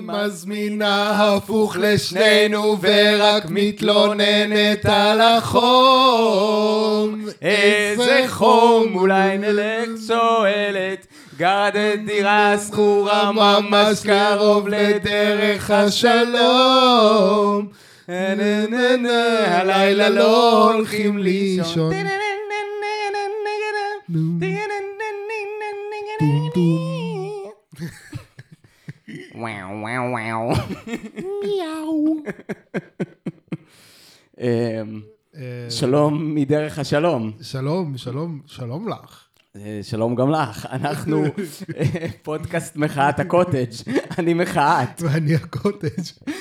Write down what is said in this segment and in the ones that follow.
מזמינה הפוך לשנינו ורק מתלוננת על החום. איזה חום, אולי נלך שואלת, גרת דירה סחורה ממש קרוב לדרך השלום. הלילה לא הולכים לישון. וואו וואו וואו. מיאו. שלום מדרך השלום. שלום, שלום, שלום לך. שלום גם לך. אנחנו פודקאסט מחאת הקוטג'. אני מחאת. ואני הקוטג'.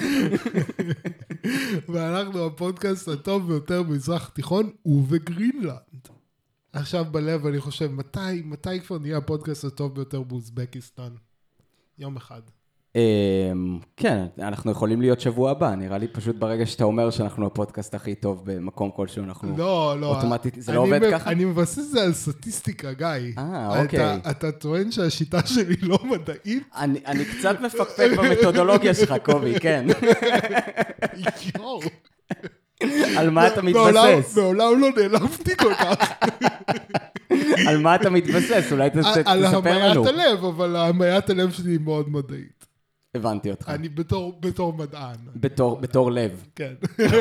ואנחנו הפודקאסט הטוב ביותר במזרח התיכון ובגרינלנד. עכשיו בלב אני חושב, מתי כבר נהיה הפודקאסט הטוב ביותר באוזבקיסטן? יום אחד. כן, אנחנו יכולים להיות שבוע הבא, נראה לי פשוט ברגע שאתה אומר שאנחנו הפודקאסט הכי טוב במקום כלשהו, אנחנו אוטומטית, זה לא עובד ככה? אני מבסס את זה על סטטיסטיקה, גיא. אוקיי. אתה טוען שהשיטה שלי לא מדעית? אני קצת מפקפק במתודולוגיה שלך, קובי, כן. יואו. על מה אתה מתבסס? מעולם לא נעלבתי כל כך. על מה אתה מתבסס? אולי תספר לנו. על המיית הלב, אבל המיית הלב שלי היא מאוד מדעית. הבנתי אותך. אני בתור מדען. בתור לב. כן.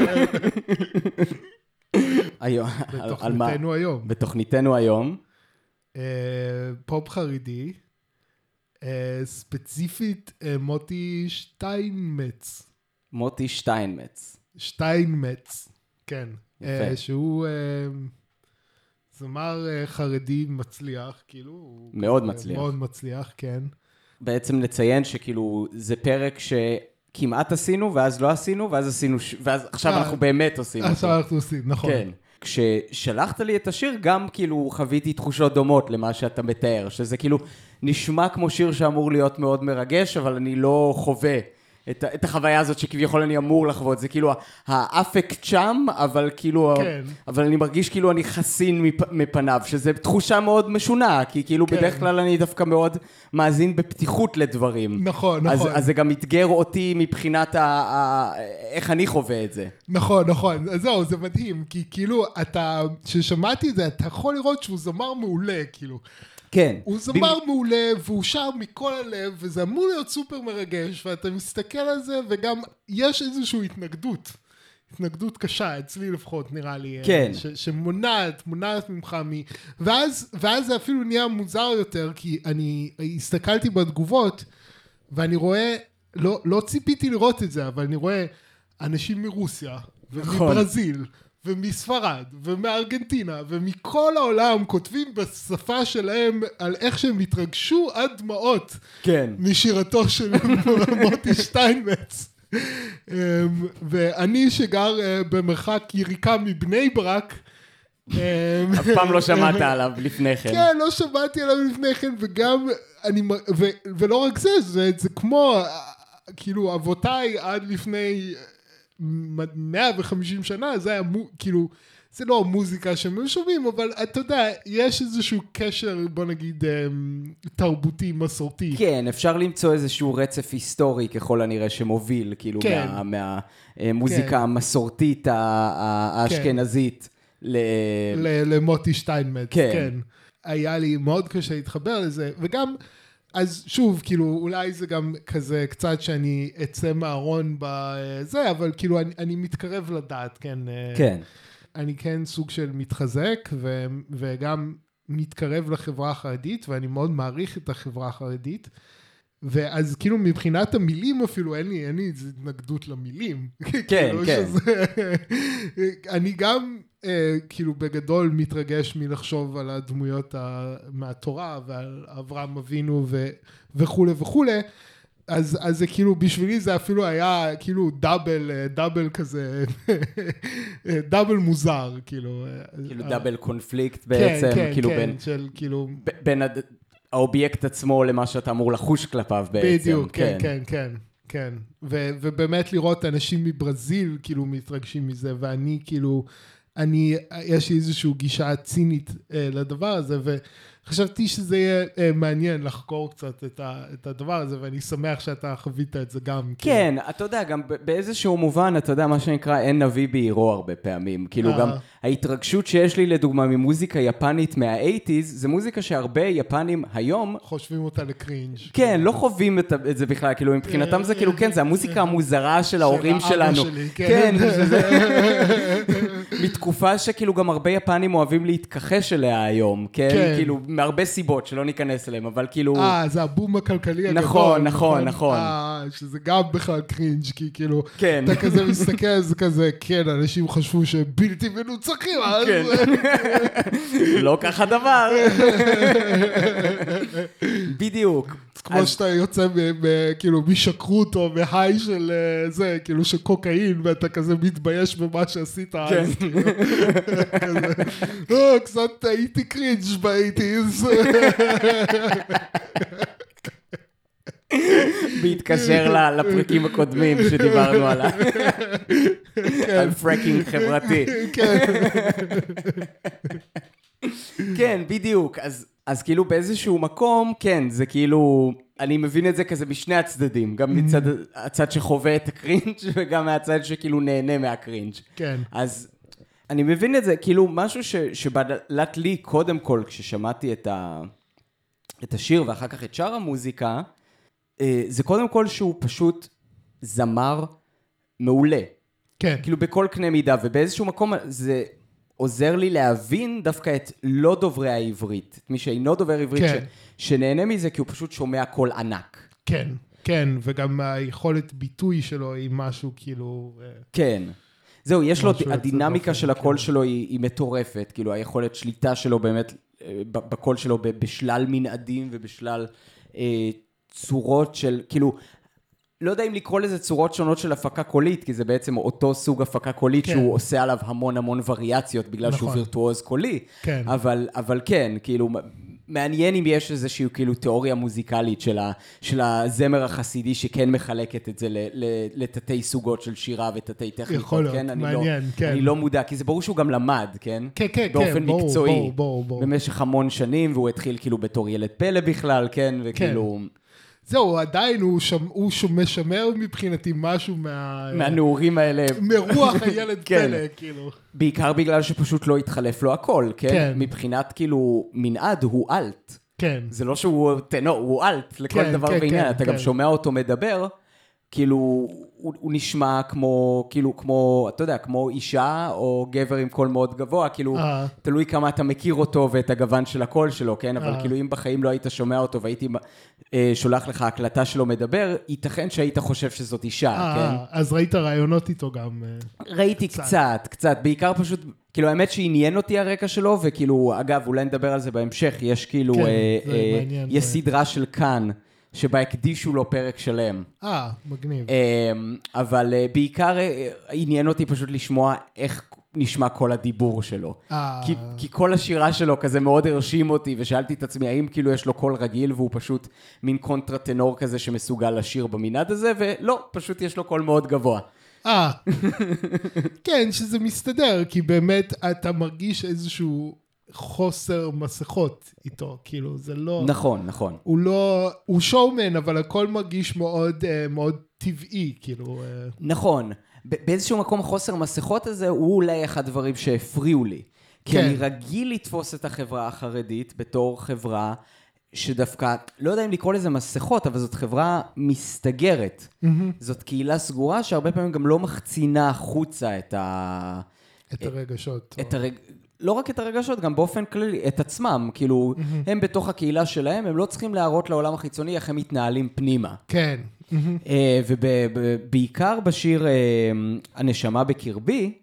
בתוכניתנו היום. בתוכניתנו היום. פופ חרדי. ספציפית מוטי שטיינמץ. מוטי שטיינמץ. שטיינמץ, כן. יפה. שהוא זמר חרדי מצליח, כאילו. מאוד מצליח. מאוד מצליח, כן. בעצם נציין שכאילו זה פרק שכמעט עשינו, ואז לא עשינו, ואז עשינו, ואז עכשיו אנחנו באמת עושים אותו. עכשיו אנחנו עושים, נכון. כן. כששלחת לי את השיר, גם כאילו חוויתי תחושות דומות למה שאתה מתאר, שזה כאילו נשמע כמו שיר שאמור להיות מאוד מרגש, אבל אני לא חווה את החוויה הזאת שכביכול אני אמור לחוות, זה כאילו האפקט שם, אבל כאילו, כן. אבל אני מרגיש כאילו אני חסין מפניו, שזה תחושה מאוד משונה, כי כאילו כן. בדרך כלל אני דווקא מאוד מאזין בפתיחות לדברים. נכון. אז זה גם מתגר אותי מבחינת איך אני חווה את זה. נכון. אז זהו, זה מדהים, כי כאילו, כששמעתי את זה, אתה יכול לראות שהוא זמר מעולה, כאילו. כן. הוא זמר מעולה, והוא שר מכל הלב, וזה אמור להיות סופר מרגש, ואתה מסתכל על זה, וגם יש איזושהי התנגדות קשה, אצלי לפחות נראה לי, כן. שמונעת ממך ואז זה אפילו נהיה מוזר יותר, כי אני הסתכלתי בתגובות, ואני רואה, לא ציפיתי לראות את זה, אבל אני רואה אנשים מרוסיה, ומברזיל, ומספרד, ומארגנטינה, ומכל העולם כותבים בשפה שלהם על איך שהם התרגשו עד דמעות. כן. משירתו של מוטי שטיינמץ. ואני שגר במרחק יריקה מבני ברק. אף פעם לא שמעת עליו לפני כן. כן, לא שמעתי עליו לפני כן, וגם, ולא רק זה כמו, כאילו, אבותיי עד לפני 150 שנה, זה היה כאילו, זה לא המוזיקה שהם שומעים, אבל אתה יודע, יש איזשהו קשר, בוא נגיד, תרבותי, מסורתי. כן, אפשר למצוא איזשהו רצף היסטורי ככל הנראה שמוביל, כאילו, כן. מהמוזיקה כן. המסורתית האשכנזית. למוטי שטיינמץ, כן. כן. היה לי מאוד קשה להתחבר לזה, וגם, אז שוב, כאילו, אולי זה גם כזה קצת שאני אצא מהארון בזה, אבל כאילו, אני מתקרב לדעת, כן. כן. אני כן סוג של מתחזק, וגם מתקרב לחברה החרדית, ואני מאוד מעריך את החברה החרדית, ואז כאילו מבחינת המילים אפילו, אין לי איזו התנגדות למילים. כן, כן. אני גם כאילו בגדול מתרגש מלחשוב על הדמויות מהתורה, ועל אברהם אבינו וכו' וכו', אז זה כאילו, בשבילי זה אפילו היה כאילו דאבל כזה, דאבל מוזר, כאילו. כאילו דאבל קונפליקט בעצם, כאילו בין, של כאילו, בין האובייקט עצמו למה שאתה אמור לחוש כלפיו בעצם. בדיוק, כן. ובאמת לראות אנשים מברזיל כאילו מתרגשים מזה, ואני כאילו, יש לי איזושהי גישה צינית לדבר הזה, וחשבתי שזה יהיה מעניין לחקור קצת את הדבר הזה, ואני שמח שאתה חווית את זה גם. כן, אתה יודע, גם באיזשהו מובן, אתה יודע, מה שנקרא, אין נביא בעירו הרבה פעמים. כאילו גם ההתרגשות שיש לי, לדוגמה, ממוזיקה יפנית מה-80s, זה מוזיקה שהרבה יפנים היום חושבים אותה לקרינג'. כן, לא חווים את זה בכלל, כאילו מבחינתם זה כאילו, כן, זה המוזיקה המוזרה של ההורים שלנו. כן, מתקופה שכאילו גם הרבה יפנים אוהבים להתכחש אליה היום, כן? כאילו, מהרבה סיבות שלא ניכנס אליהם, אבל כאילו... זה הבום הכלכלי הגדול. נכון. שזה גם בכלל קרינג', כי כאילו, אתה כזה מסתכל, זה כזה, כן, אנשים חשבו שבלתי מנוצחים, אז... לא ככה דבר. בדיוק. כמו שאתה יוצא כאילו משקרות או מהי של זה, כאילו של קוקאין, ואתה כזה מתבייש במה שעשית אז. קצת הייתי קרינג' באייטיז. בהתקשר לפרקים הקודמים שדיברנו עליו. על פרקינג חברתי. כן, בדיוק. אז כאילו באיזשהו מקום, כן, זה כאילו, אני מבין את זה כזה בשני הצדדים, גם מצד הצד שחווה את הקרינג' וגם מהצד שכאילו נהנה מהקרינג'. כן. אז אני מבין את זה, כאילו משהו שבלט לי קודם כל, כששמעתי את השיר ואחר כך את שאר המוזיקה, זה קודם כל שהוא פשוט זמר מעולה. כן. כאילו בכל קנה מידה, ובאיזשהו מקום זה עוזר לי להבין דווקא את לא דוברי העברית, את מי שאינו דובר עברית, כן. שנהנה מזה, כי הוא פשוט שומע קול ענק. כן, כן, וגם היכולת ביטוי שלו היא משהו כאילו... כן. זהו, יש לו, הדינמיקה של הקול שלו היא מטורפת, כאילו היכולת שליטה שלו באמת, בקול שלו בשלל מנעדים ובשלל צורות של, כאילו, לא יודע אם לקרוא לזה צורות שונות של הפקה קולית, כי זה בעצם אותו סוג הפקה קולית שהוא עושה עליו המון וריאציות, בגלל שהוא וירטואוז קולי. אבל כן, כאילו, מעניין אם יש איזושהי כאילו תיאוריה מוזיקלית של הזמר החסידי, שכן מחלקת את זה לתתי סוגות של שירה ותתי טכניקות. יכול להיות, מעניין, כן. אני לא מודע, כי זה ברור שהוא גם למד, כן? כן, באופן מקצועי. ברור. במשך המון שנים, והוא התחיל כאילו בתור ילד פלא בכלל, כן? וכאילו... זהו, עדיין הוא משמר מבחינתי משהו מהנעורים האלה. מרוח הילד פלא, כאילו. בעיקר בגלל שפשוט לא התחלף לו הכל, כן? מבחינת כאילו מנעד הוא אלט. כן. זה לא שהוא טנור, הוא אלט לכל דבר בעניין. אתה גם שומע אותו מדבר, כאילו הוא נשמע כמו, כאילו כמו, אתה יודע, כמו אישה או גבר עם קול מאוד גבוה, כאילו תלוי כמה אתה מכיר אותו ואת הגוון של הקול שלו, כן? אבל כאילו אם בחיים לא היית שומע אותו והייתי שולח לך הקלטה שלו מדבר, ייתכן שהיית חושב שזאת אישה, כן? אז ראית רעיונות איתו גם? ראיתי קצת, בעיקר פשוט, כאילו האמת שעניין אותי הרקע שלו, וכאילו, אגב, אולי נדבר על זה בהמשך, יש כאילו, יש סדרה של כאן, שבה הקדישו לו פרק שלם. מגניב. אבל בעיקר עניין אותי פשוט לשמוע איך נשמע כל הדיבור שלו. כי כל השירה שלו כזה מאוד הרשים אותי, ושאלתי את עצמי, האם כאילו יש לו קול רגיל, והוא פשוט מין קונטרטנור כזה שמסוגל לשיר במנעד הזה, ולא, פשוט יש לו קול מאוד גבוה. כן, שזה מסתדר, כי באמת אתה מרגיש איזשהו חוסר מסכות איתו, כאילו זה לא... נכון. הוא לא... הוא שואומן, אבל הכל מרגיש מאוד, מאוד טבעי, כאילו... נכון. באיזשהו מקום החוסר מסכות הזה, הוא אולי אחד הדברים שהפריעו לי. כי אני רגיל לתפוס את החברה החרדית בתור חברה שדווקא, לא יודע אם לקרוא לזה מסכות, אבל זאת חברה מסתגרת. זאת קהילה סגורה שהרבה פעמים גם לא מחצינה החוצה את הרגשות. לא רק את הרגשות, גם באופן כללי, את עצמם, כאילו, הם בתוך הקהילה שלהם, הם לא צריכים להראות לעולם החיצוני איך הם מתנהלים פנימה. כן. ובעיקר בשיר הנשמה בקרבי,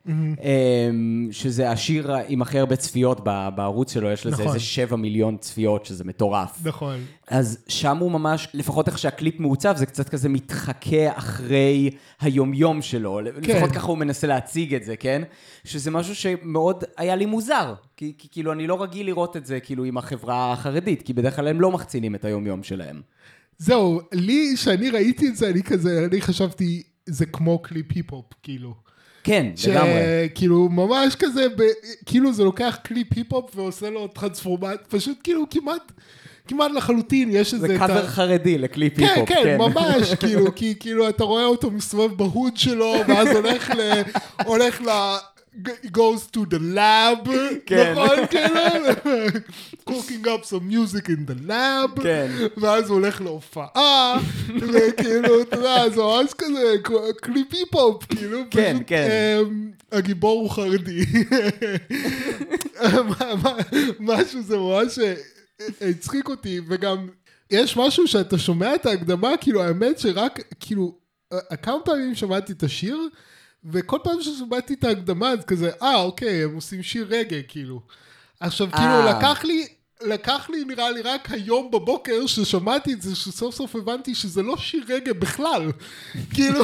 שזה השיר עם הכי הרבה צפיות בערוץ שלו, יש לזה איזה 7 מיליון צפיות, שזה מטורף. נכון. אז שם הוא ממש, לפחות איך שהקליפ מעוצב, זה קצת כזה מתחכה אחרי היומיום שלו, לפחות ככה הוא מנסה להציג את זה, כן? שזה משהו שמאוד היה לי מוזר, כי כאילו אני לא רגיל לראות את זה כאילו עם החברה החרדית, כי בדרך כלל הם לא מחצינים את היומיום שלהם. זהו, לי, שאני ראיתי את זה, אני חשבתי, זה כמו קליפ היפ-הופ, כאילו. כן, לגמרי. שכאילו ממש כזה, כאילו זה לוקח קליפ היפ-הופ ועושה לו טרנספורמט, פשוט כאילו כמעט לחלוטין יש איזה... זה קאבר חרדי לקליפ היפ-הופ, כן, כן, ממש, כאילו, כי כאילו אתה רואה אותו מסתובב בהוד שלו, ואז הולך goes to the lab, נכון, כאילו, cooking up some music in the lab, ואז הוא הולך להופעה, וכאילו, אתה יודע, זה ממש כזה, קליפ היפ-הופ, כאילו, פשוט, הגיבור הוא חרדי. משהו זה ממש הצחיק אותי, וגם יש משהו שאתה שומע את ההקדמה, כאילו, האמת שרק, כאילו, כמה פעמים שמעתי את השיר, וכל פעם ששמעתי את ההקדמה, אז כזה, אוקיי, הם עושים שיר רגע, כאילו. עכשיו, כאילו, לקח לי, נראה לי, רק היום בבוקר, ששמעתי את זה, שסוף סוף הבנתי שזה לא שיר רגע בכלל. כאילו,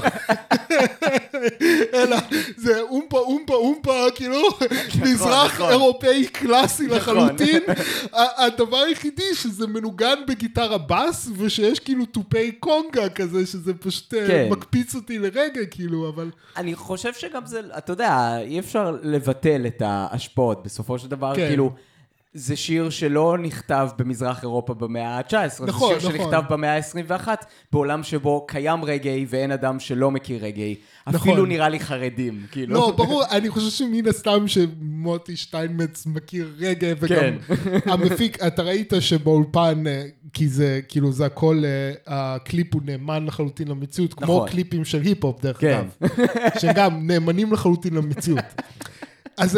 אלא, זה אומפה, כאילו, מזרח אירופאי קלאסי לחלוטין. הדבר היחידי שזה מנוגן בגיטרה בס, ושיש כאילו טופי קונגה כזה, שזה פשוט מקפיץ אותי לרגע, כאילו, אבל... אני חושב שגם זה, אתה יודע, אי אפשר לבטל את ההשפעות, בסופו של דבר, כאילו... זה שיר שלא נכתב במזרח אירופה במאה ה-19, נכון, זה שיר שנכתב במאה ה-21, בעולם שבו קיים רגעי ואין אדם שלא מכיר רגעי. אפילו נראה לי חרדים, כאילו. לא, ברור, אני חושב שמן הסתם שמוטי שטיינמץ מכיר רגעי, וגם המפיק, אתה ראית שבאולפן, כי זה, כאילו, זה הכל, הקליפ הוא נאמן לחלוטין למציאות, כמו קליפים של היפ-הופ, דרך אגב, שגם נאמנים לחלוטין למציאות. אז...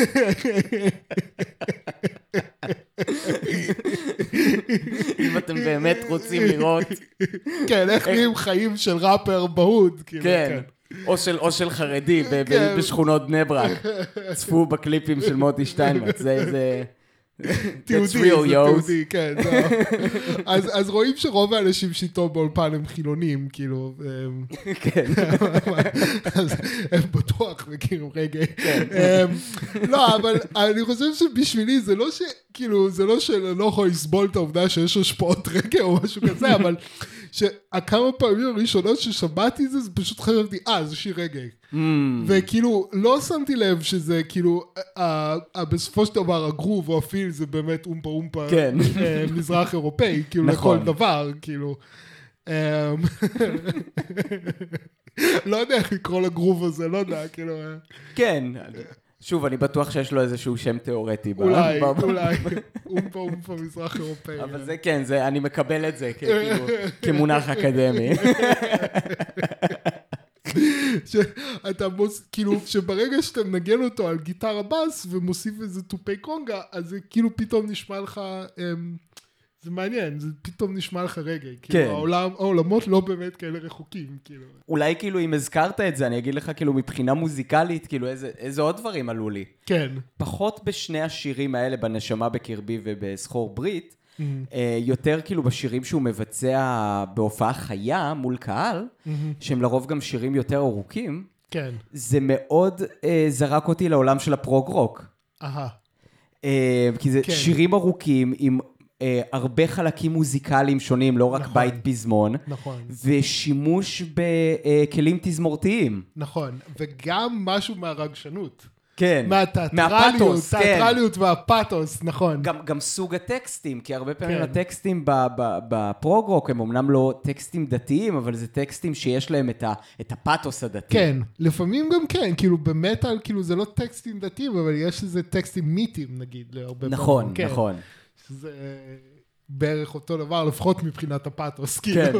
אם אתם באמת רוצים לראות... כן, איך נראים חיים של ראפר בהוד. כן, או של חרדי בשכונות בני ברק. צפו בקליפים של מוטי שטיינמץ, זה... תיעודי, כן. אז רואים שרוב האנשים שאיתו באולפן הם חילונים, כאילו. כן. אז הם בטוח מכירים רגע. לא, אבל אני חושב שבשבילי זה לא כאילו, זה לא שאני לא יכול לסבול את העובדה שיש השפעות רגע או משהו כזה, אבל שהכמה פעמים הראשונות ששמעתי את זה, זה פשוט חשבתי, זה שיר רגע. וכאילו, לא שמתי לב שזה כאילו, בסופו של דבר, הגרוב או הפיל זה באמת אומפה, מזרח אירופאי, כאילו לכל דבר, כאילו. לא יודע איך לקרוא לגרוב הזה, לא יודע, כאילו. כן. שוב, אני בטוח שיש לו איזשהו שם תיאורטי. אולי, אומפה מזרח אירופאי. אבל זה כן, אני מקבל את זה כמונח אקדמי. שאתה כאילו, שברגע שאתה מנגן אותו על גיטרה בס ומוסיף איזה טופי קונגה, אז זה כאילו פתאום נשמע לך, זה מעניין, זה פתאום נשמע לך רגע. כאילו, העולמות לא באמת כאלה רחוקים, כאילו. אולי כאילו אם הזכרת את זה, אני אגיד לך כאילו מבחינה מוזיקלית, כאילו איזה עוד דברים עלו לי. כן. פחות בשני השירים האלה, בנשמה בקרבי ובסחור ברית, יותר כאילו בשירים שהוא מבצע בהופעה חיה מול קהל, שהם לרוב גם שירים יותר ארוכים, כן. זה מאוד זרק אותי לעולם של הפרוג רוק. כי זה שירים ארוכים עם הרבה חלקים מוזיקליים שונים, לא רק בית פזמון, ושימוש בכלים תזמורתיים. נכון, וגם משהו מהרגשנות. כן, מהתיאטרליות והפאתוס, נכון. גם סוג הטקסטים, כי הרבה פעמים הטקסטים בפרוג-רוק הם אמנם לא טקסטים דתיים, אבל זה טקסטים שיש להם את הפאתוס הדתי. כן, לפעמים גם כן, כאילו במטל, כאילו זה לא טקסטים דתיים, אבל יש איזה טקסטים מיתיים, נגיד, להרבה פעמים. נכון, נכון. שזה בערך אותו דבר, לפחות מבחינת הפאתוס, כאילו.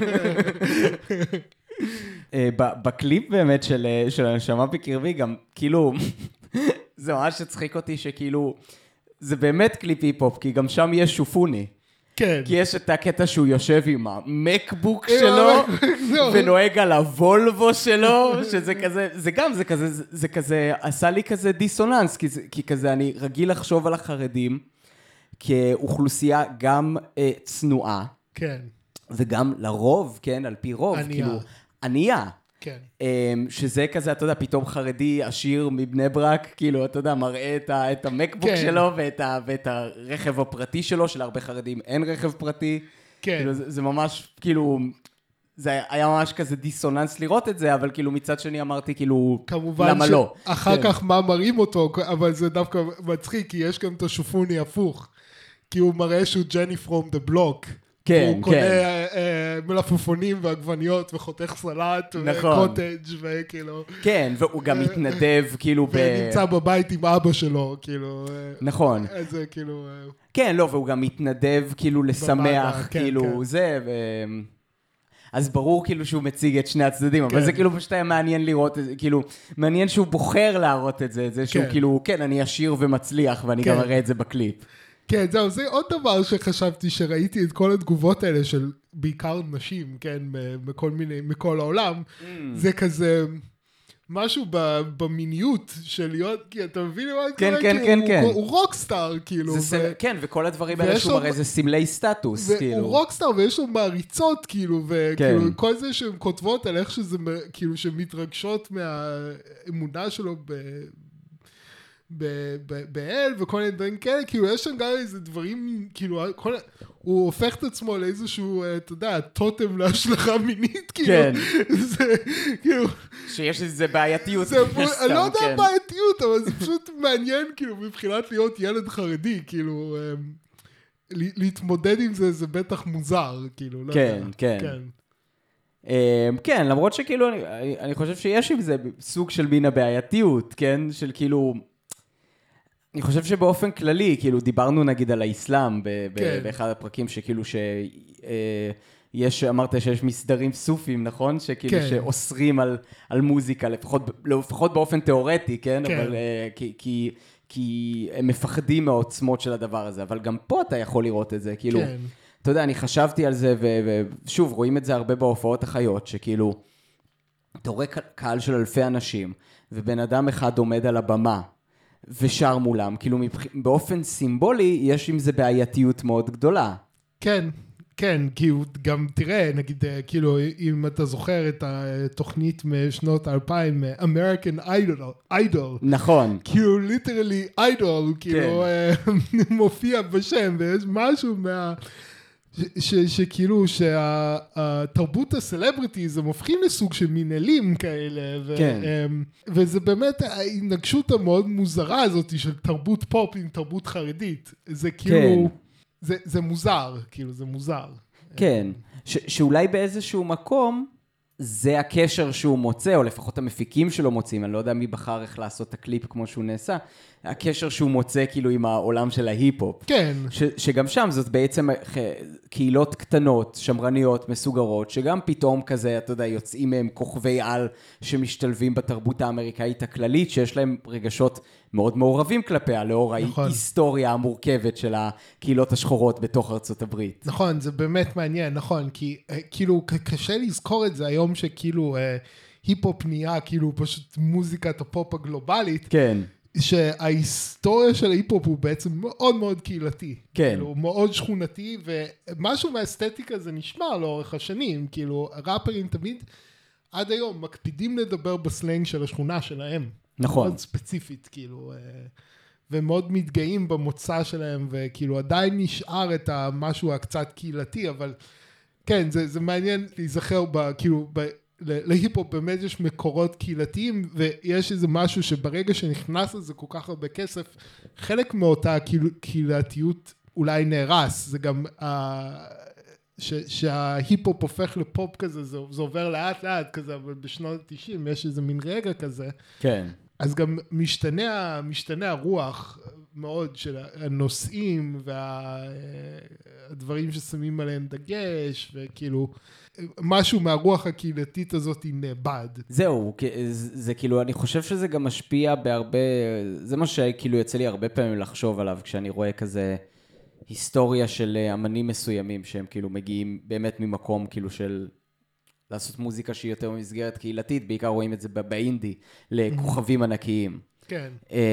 בקליפ באמת של הנשמה בקרבי, גם כאילו, זה ממש הצחיק אותי שכאילו, זה באמת קליפ היפ-הופ, כי גם שם יש שופוני. כן. כי יש את הקטע שהוא יושב עם המקבוק שלו, ונוהג על הוולבו שלו, שזה כזה, זה כזה, עשה לי כזה דיסוננס, כי כזה אני רגיל לחשוב על החרדים, כאוכלוסייה גם צנועה, כן. וגם לרוב, כן, על פי רוב, כאילו, ענייה. כן. שזה כזה, אתה יודע, פתאום חרדי עשיר מבני ברק, כאילו, אתה יודע, מראה את המקבוק שלו ואת הרכב הפרטי שלו, שלהרבה חרדים אין רכב פרטי. כן. כאילו, זה ממש, כאילו, זה היה ממש כזה דיסוננס לראות את זה, אבל כאילו מצד שני אמרתי כאילו, כמובן למה לא? אחר כך מה מראים אותו, אבל זה דווקא מצחיק, כי יש גם את השופוני הפוך, כי הוא מראה שהוא ג'ני פרום דה בלוק. כן, הוא קונה מלפפונים ועגבניות וחותך סלט וקוטג' וכאילו. כן, והוא גם מתנדב כאילו ונמצא בבית עם אבא שלו, כאילו. נכון. זה כאילו. כן, לא, והוא גם מתנדב כאילו לשמח, כאילו זה, אז ברור כאילו שהוא מציג את שני הצדדים, אבל זה כאילו פשוט היה מעניין לראות, כאילו, מעניין שהוא בוחר להראות את זה, זה שהוא כאילו, כן, אני עשיר ומצליח, ואני גם אראה את זה בקליפ. כן, זהו, זה עוד דבר שחשבתי שראיתי את כל התגובות האלה של בעיקר נשים, כן, מכל העולם, זה כזה משהו במיניות של להיות, כי אתה מבין מה כן, כן, כן, כן. הוא רוקסטאר, כאילו. כן, וכל הדברים האלה שהוא מראה זה סמלי סטטוס, כאילו. הוא רוקסטאר ויש לו מעריצות, כאילו, וכאילו, כל זה שהן כותבות על איך שזה, כאילו, שמתרגשות מהאמונה שלו באל וכל מיני דברים כאלה, כאילו יש שם גם איזה דברים, כאילו הוא הופך את עצמו לאיזשהו, אתה יודע, טוטם להשלכה מינית, כאילו, זה כאילו, שיש איזה בעייתיות, אני לא יודע בעייתיות, אבל זה פשוט מעניין, כאילו, מבחינת להיות ילד חרדי, כאילו, להתמודד עם זה, זה בטח מוזר, כאילו, לא יודע. כן, כן. כן, למרות שכאילו, אני חושב שיש עם זה סוג של מין הבעייתיות, כן, של כאילו, אני חושב שבאופן כללי, כאילו דיברנו נגיד על האסלאם באחד הפרקים שכאילו שיש, אמרת שיש מסדרים סופים, נכון? שכאילו שאוסרים על מוזיקה, לפחות באופן תיאורטי, כן? אבל כי הם מפחדים מהעוצמות של הדבר הזה, אבל גם פה אתה יכול לראות את זה, כאילו, אתה יודע, אני חשבתי על זה, ושוב, רואים את זה הרבה בהופעות החיות, שכאילו, אתה רואה קהל של אלפי אנשים, ובן אדם אחד עומד על הבמה, ושר מולם, כאילו באופן סימבולי יש עם זה בעייתיות מאוד גדולה. כן, כן, כי גם תראה, נגיד, כאילו, אם אתה זוכר את התוכנית משנות 2000, American Idol. נכון. כאילו, literally idol, כאילו, מופיע בשם, ויש משהו שכאילו שהתרבות הסלבריטיז הם הופכים לסוג של מנהלים כאלה, וזה באמת ההתנגשות המאוד מוזרה הזאת של תרבות פופ עם תרבות חרדית, זה כאילו, זה מוזר, כאילו זה מוזר. כן, שאולי באיזשהו מקום זה הקשר שהוא מוצא, או לפחות המפיקים שלו מוצאים, אני לא יודע מי בחר איך לעשות את הקליפ כמו שהוא נעשה, הקשר שהוא מוצא כאילו עם העולם של ההיפ-הופ. כן. שגם שם זאת בעצם קהילות קטנות, שמרניות, מסוגרות, שגם פתאום כזה, אתה יודע, יוצאים מהם כוכבי על שמשתלבים בתרבות האמריקאית הכללית, שיש להם רגשות מאוד מעורבים כלפיה, לאור ההיסטוריה המורכבת של הקהילות השחורות בתוך ארצות הברית. נכון, זה באמת מעניין, נכון, כי כאילו קשה לזכור את זה היום שכאילו היפ-הופ נהיה כאילו פשוט מוזיקת הפופ הגלובלית. כן. שההיסטוריה של ההיפ-הופ הוא בעצם מאוד מאוד קהילתי. כן. כאילו, מאוד שכונתי, ומשהו מהאסתטיקה זה נשמע לאורך השנים, כאילו, הראפרים תמיד עד היום מקפידים לדבר בסלנג של השכונה שלהם. נכון. מאוד ספציפית, כאילו, ומאוד מתגאים במוצא שלהם, וכאילו עדיין נשאר את המשהו הקצת קהילתי, אבל כן, זה מעניין להיזכר כאילו, להיפ-הופ באמת יש מקורות קהילתיים, ויש איזה משהו שברגע שנכנס לזה כל כך הרבה כסף, חלק מאותה קהילתיות אולי נהרס, זה גם שההיפ-הופ הופך לפופ כזה, זה עובר לאט לאט כזה, אבל בשנות ה-90 יש איזה מין רגע כזה. כן. אז גם משתנה הרוח מאוד של הנושאים והדברים ששמים עליהם דגש, וכאילו משהו מהרוח הקהילתית הזאת נאבד. זהו, זה כאילו, אני חושב שזה גם משפיע בהרבה, זה מה שכאילו יוצא לי הרבה פעמים לחשוב עליו, כשאני רואה כזה היסטוריה של אמנים מסוימים, שהם כאילו מגיעים באמת ממקום כאילו של לעשות מוזיקה שהיא יותר במסגרת קהילתית, בעיקר רואים את זה באינדי, לכוכבים ענקיים. כן.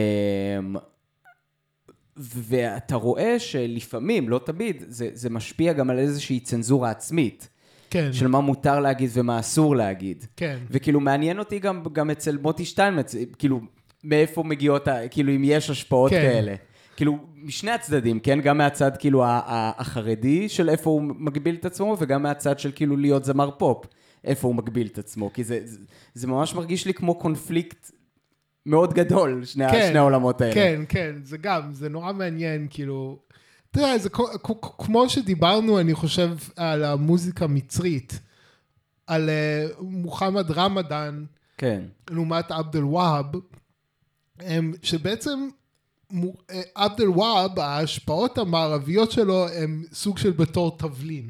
ואתה רואה שלפעמים, לא תמיד, זה משפיע גם על איזושהי צנזורה עצמית. כן. של מה מותר להגיד ומה אסור להגיד. כן. וכאילו מעניין אותי גם אצל מוטי שטיינמץ, כאילו מאיפה מגיעות, כאילו אם יש השפעות כאלה. כאילו, משני הצדדים, כן? גם מהצד כאילו החרדי של איפה הוא מגביל את עצמו, וגם מהצד של כאילו להיות זמר פופ, איפה הוא מגביל את עצמו, כי זה ממש מרגיש לי כמו קונפליקט מאוד גדול, שני העולמות האלה. כן, כן, זה נורא מעניין, כאילו, אתה יודע, זה כמו שדיברנו, אני חושב, על המוזיקה המצרית, על מוחמד רמדאן, כן. לעומת עבד אל-והאב, שבעצם עבד אל-והאב, ההשפעות המערביות שלו, הם סוג של בתור תבלין.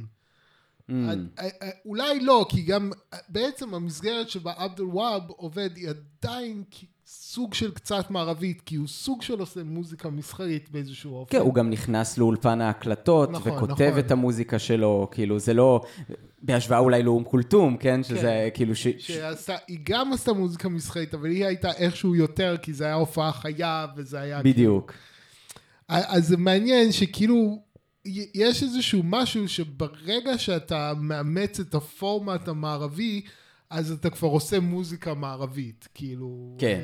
אולי לא, כי גם בעצם המסגרת שבה עבד אל-והאב עובד, היא עדיין סוג של קצת מערבית, כי הוא סוג של עושה מוזיקה מסחרית באיזשהו אופן. כן, הוא גם נכנס לאולפן ההקלטות, וכותב את המוזיקה שלו, כאילו זה לא, בהשוואה אולי לאום כולתום, כן? שזה כאילו היא גם עשתה מוזיקה מסחרית, אבל היא הייתה איכשהו יותר, כי זה היה הופעה חיה, וזה היה... בדיוק. אז זה מעניין שכאילו, יש איזשהו משהו שברגע שאתה מאמץ את הפורמט המערבי, אז אתה כבר עושה מוזיקה מערבית, כאילו... כן.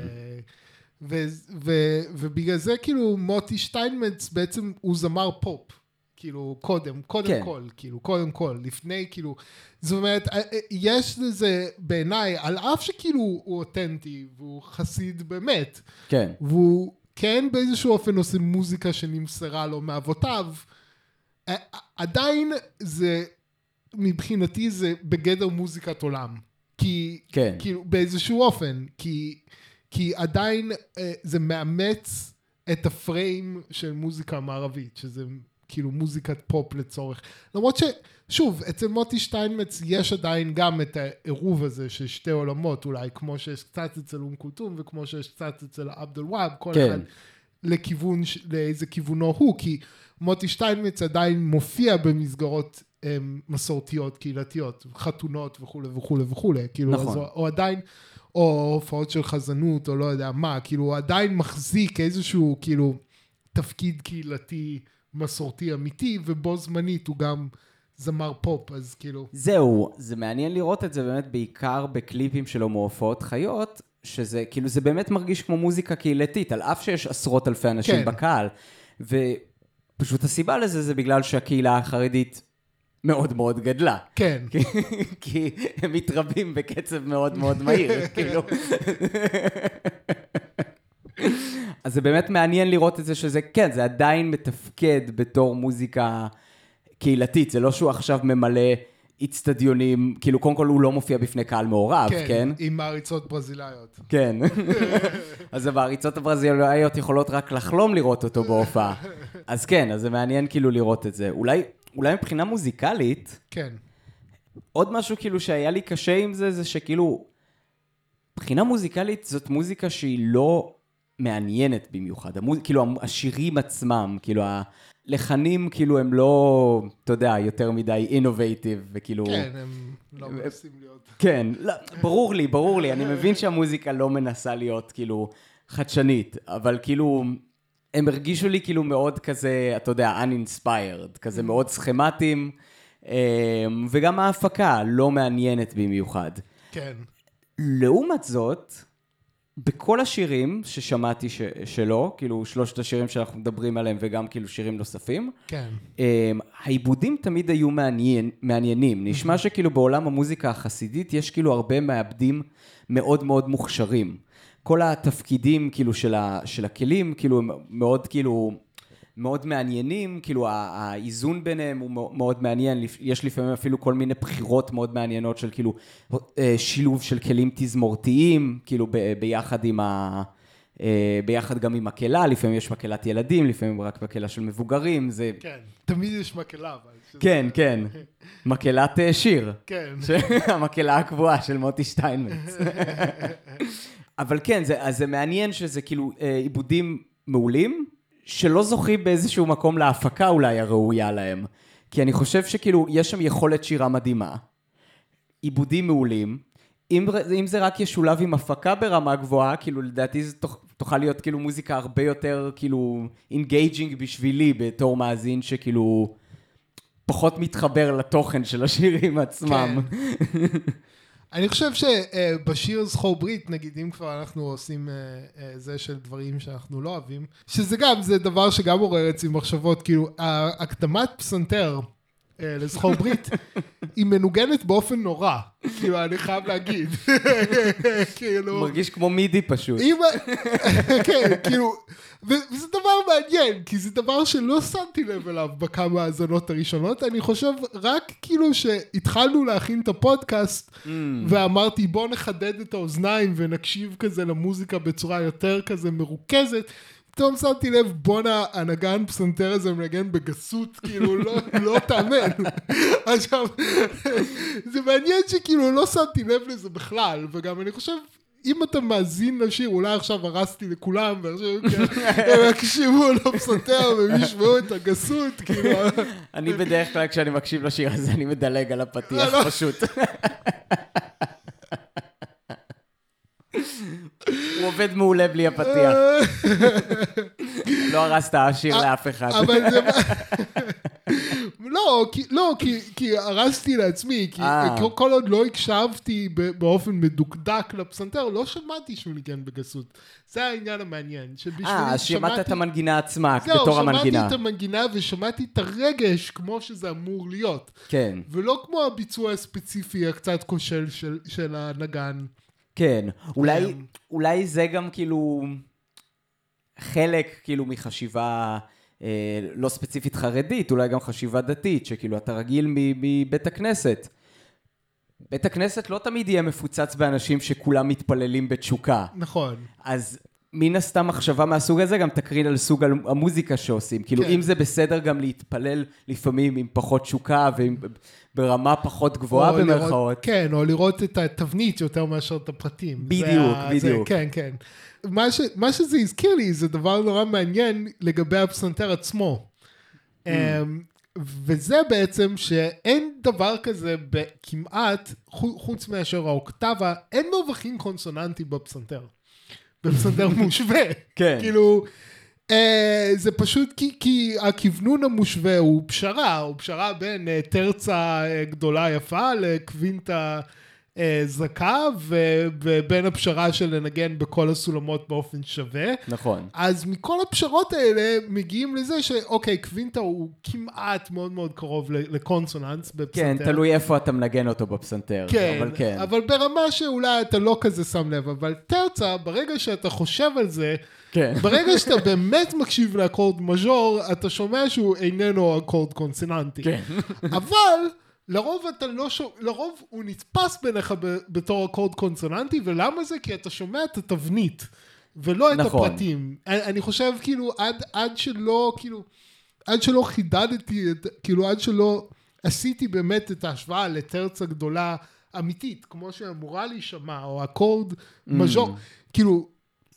ובגלל זה, כאילו, מוטי שטיינמץ בעצם הוא זמר פופ. כאילו, קודם כל, לפני, כאילו... זאת אומרת, יש לזה בעיניי, על אף שכאילו הוא אותנטי, והוא חסיד באמת. כן. והוא כן באיזשהו אופן עושה מוזיקה שנמסרה לו מאבותיו, עדיין זה, מבחינתי זה בגדר מוזיקת עולם. כן. כאילו, באיזשהו אופן, כי עדיין זה מאמץ את הפריים של מוזיקה מערבית, שזה כאילו מוזיקת פופ לצורך. למרות ששוב, אצל מוטי שטיינמץ יש עדיין גם את העירוב הזה של שתי עולמות, אולי כמו שיש קצת אצל אום כולתום, וכמו שיש קצת אצל עבד אל-והאב, כל אחד לכיוון, לאיזה כיוונו הוא, כי מוטי שטיינמץ עדיין מופיע במסגרות מסורתיות, קהילתיות, חתונות וכו' וכו' וכו', כאילו, נכון. או עדיין, או הופעות של חזנות, או לא יודע מה, כאילו, הוא עדיין מחזיק איזשהו, כאילו, תפקיד קהילתי מסורתי אמיתי, ובו זמנית הוא גם זמר פופ, אז כאילו... זהו, זה מעניין לראות את זה באמת בעיקר בקליפים שלו מהופעות חיות, שזה, כאילו, זה באמת מרגיש כמו מוזיקה קהילתית, על אף שיש עשרות אלפי אנשים בקהל, ופשוט הסיבה לזה זה בגלל שהקהילה החרדית מאוד מאוד גדלה. כן. כי הם מתרבים בקצב מאוד מאוד מהיר, כאילו. אז זה באמת מעניין לראות את זה שזה, כן, זה עדיין מתפקד בתור מוזיקה קהילתית, זה לא שהוא עכשיו ממלא אצטדיונים, כאילו קודם כל הוא לא מופיע בפני קהל מעורב, כן? כן, עם מעריצות ברזילאיות. כן. אז המעריצות הברזילאיות יכולות רק לחלום לראות אותו בהופעה. אז כן, אז זה מעניין כאילו לראות את זה. אולי מבחינה מוזיקלית, כן. עוד משהו כאילו שהיה לי קשה עם זה, זה שכאילו, מבחינה מוזיקלית זאת מוזיקה שהיא לא מעניינת במיוחד. כאילו השירים עצמם, כאילו הלחנים כאילו הם לא, אתה יודע, יותר מדי אינובייטיב, וכאילו... כן, הם לא מנסים להיות... כן, לא, ברור לי, אני מבין שהמוזיקה לא מנסה להיות כאילו חדשנית, אבל כאילו... הם הרגישו לי כאילו מאוד כזה, אתה יודע, uninspired, כזה מאוד סכמטיים, וגם ההפקה לא מעניינת במיוחד. כן. לעומת זאת, בכל השירים ששמעתי שלו, כאילו שלושת השירים שאנחנו מדברים עליהם, וגם כאילו שירים נוספים, כן. העיבודים תמיד היו מעניינים. נשמע שכאילו בעולם המוזיקה החסידית, יש כאילו הרבה מעבדים מאוד מאוד מוכשרים. כל התפקידים כאילו של הכלים, כאילו מאוד כאילו מאוד מעניינים, כאילו האיזון ביניהם הוא מאוד מעניין, יש לפעמים אפילו כל מיני בחירות מאוד מעניינות של כאילו שילוב של כלים תזמורתיים, כאילו ביחד גם עם מקהלה, לפעמים יש מקהלת ילדים, לפעמים רק מקהלה של מבוגרים, זה... כן, תמיד יש מקהלה, אבל... כן, מקהלת שיר. כן. המקהלה הקבועה של מוטי שטיינמץ. אבל כן, אז זה מעניין שזה כאילו עיבודים מעולים, שלא זוכים באיזשהו מקום להפקה אולי הראויה להם. כי אני חושב שכאילו יש שם יכולת שירה מדהימה, עיבודים מעולים, אם זה רק ישולב עם הפקה ברמה גבוהה, כאילו לדעתי זה תוכל להיות כאילו מוזיקה הרבה יותר כאילו engaging בשבילי בתור מאזין שכאילו פחות מתחבר לתוכן של השירים עצמם. כן. אני חושב שבשיר זכור ברית, נגיד אם כבר אנחנו עושים זה של דברים שאנחנו לא אוהבים, שזה גם, זה דבר שגם עורר אצלי מחשבות, כאילו, הקדמת פסנתר לזכור ברית, היא מנוגנת באופן נורא, כאילו, אני חייב להגיד. כאילו... מרגיש כמו מידי פשוט. כן, כאילו, וזה דבר מעניין, כי זה דבר שלא שמתי לב אליו בכמה האזנות הראשונות, אני חושב רק כאילו שהתחלנו להכין את הפודקאסט, ואמרתי בוא נחדד את האוזניים ונקשיב כזה למוזיקה בצורה יותר כזה מרוכזת, פתאום שמתי לב, בונה, הנגן פסנתר הזה מנגן בגסות, כאילו, לא תאמן. עכשיו, זה מעניין שכאילו לא שמתי לב לזה בכלל, וגם אני חושב, אם אתה מאזין לשיר, אולי עכשיו הרסתי לכולם, ועכשיו הם יקשיבו לפסנתר, והם ישמעו את הגסות, כאילו. אני בדרך כלל כשאני מקשיב לשיר הזה, אני מדלג על הפתיח פשוט. הוא עובד מעולה בלי הפתיח. לא הרסת השיר לאף אחד. אבל זה... לא, כי הרסתי לעצמי, כי כל עוד לא הקשבתי באופן מדוקדק לפסנתר, לא שמעתי שהוא ניגן בגסות. זה העניין המעניין. שמעת את המנגינה עצמה, בתור המנגינה. זהו, שמעתי את המנגינה ושמעתי את הרגש כמו שזה אמור להיות. כן. ולא כמו הביצוע הספציפי הקצת כושל של הנגן. כן, אולי זה גם כאילו חלק כאילו מחשיבה לא ספציפית חרדית, אולי גם חשיבה דתית, שכאילו אתה רגיל מבית הכנסת. בית הכנסת לא תמיד יהיה מפוצץ באנשים שכולם מתפללים בתשוקה. נכון. אז מן הסתם מחשבה מהסוג הזה גם תקרין על סוג המוזיקה שעושים. כאילו אם זה בסדר גם להתפלל לפעמים עם פחות תשוקה ברמה פחות גבוהה במרכאות. כן, או לראות את התבנית יותר מאשר את הפרטים. בדיוק. כן, כן. מה שזה הזכיר לי זה דבר נורא מעניין לגבי הפסנתר עצמו. וזה בעצם שאין דבר כזה כמעט, חוץ מאשר האוקטבה, אין מרווחים קונסוננטיים בפסנתר. בפסנתר מושווה. כן. כאילו... זה פשוט כי הכיוונון המושווה הוא פשרה בין תרצה גדולה יפה לקווינטה זקה, ובין הפשרה של לנגן בכל הסולמות באופן שווה. נכון. אז מכל הפשרות האלה מגיעים לזה שאוקיי, קווינטה הוא כמעט מאוד מאוד קרוב לקונסוננס בפסנתר. כן, תלוי איפה אתה מנגן אותו בפסנתר. כן, אבל כן. אבל ברמה שאולי אתה לא כזה שם לב, אבל תרצה, ברגע שאתה חושב על זה, כן. ברגע שאתה באמת מקשיב לאקורד מז'ור, אתה שומע שהוא איננו אקורד קונסוננטי. כן. אבל לרוב לרוב הוא נתפס ביניך בתור אקורד קונסוננטי, ולמה זה? כי אתה שומע את התבנית, ולא את הפרטים. אני חושב כאילו עד שלא חידדתי, כאילו עד שלא עשיתי באמת את ההשוואה לתרצה גדולה אמיתית, כמו שאמורה להישמע, או אקורד מז'ור, כאילו,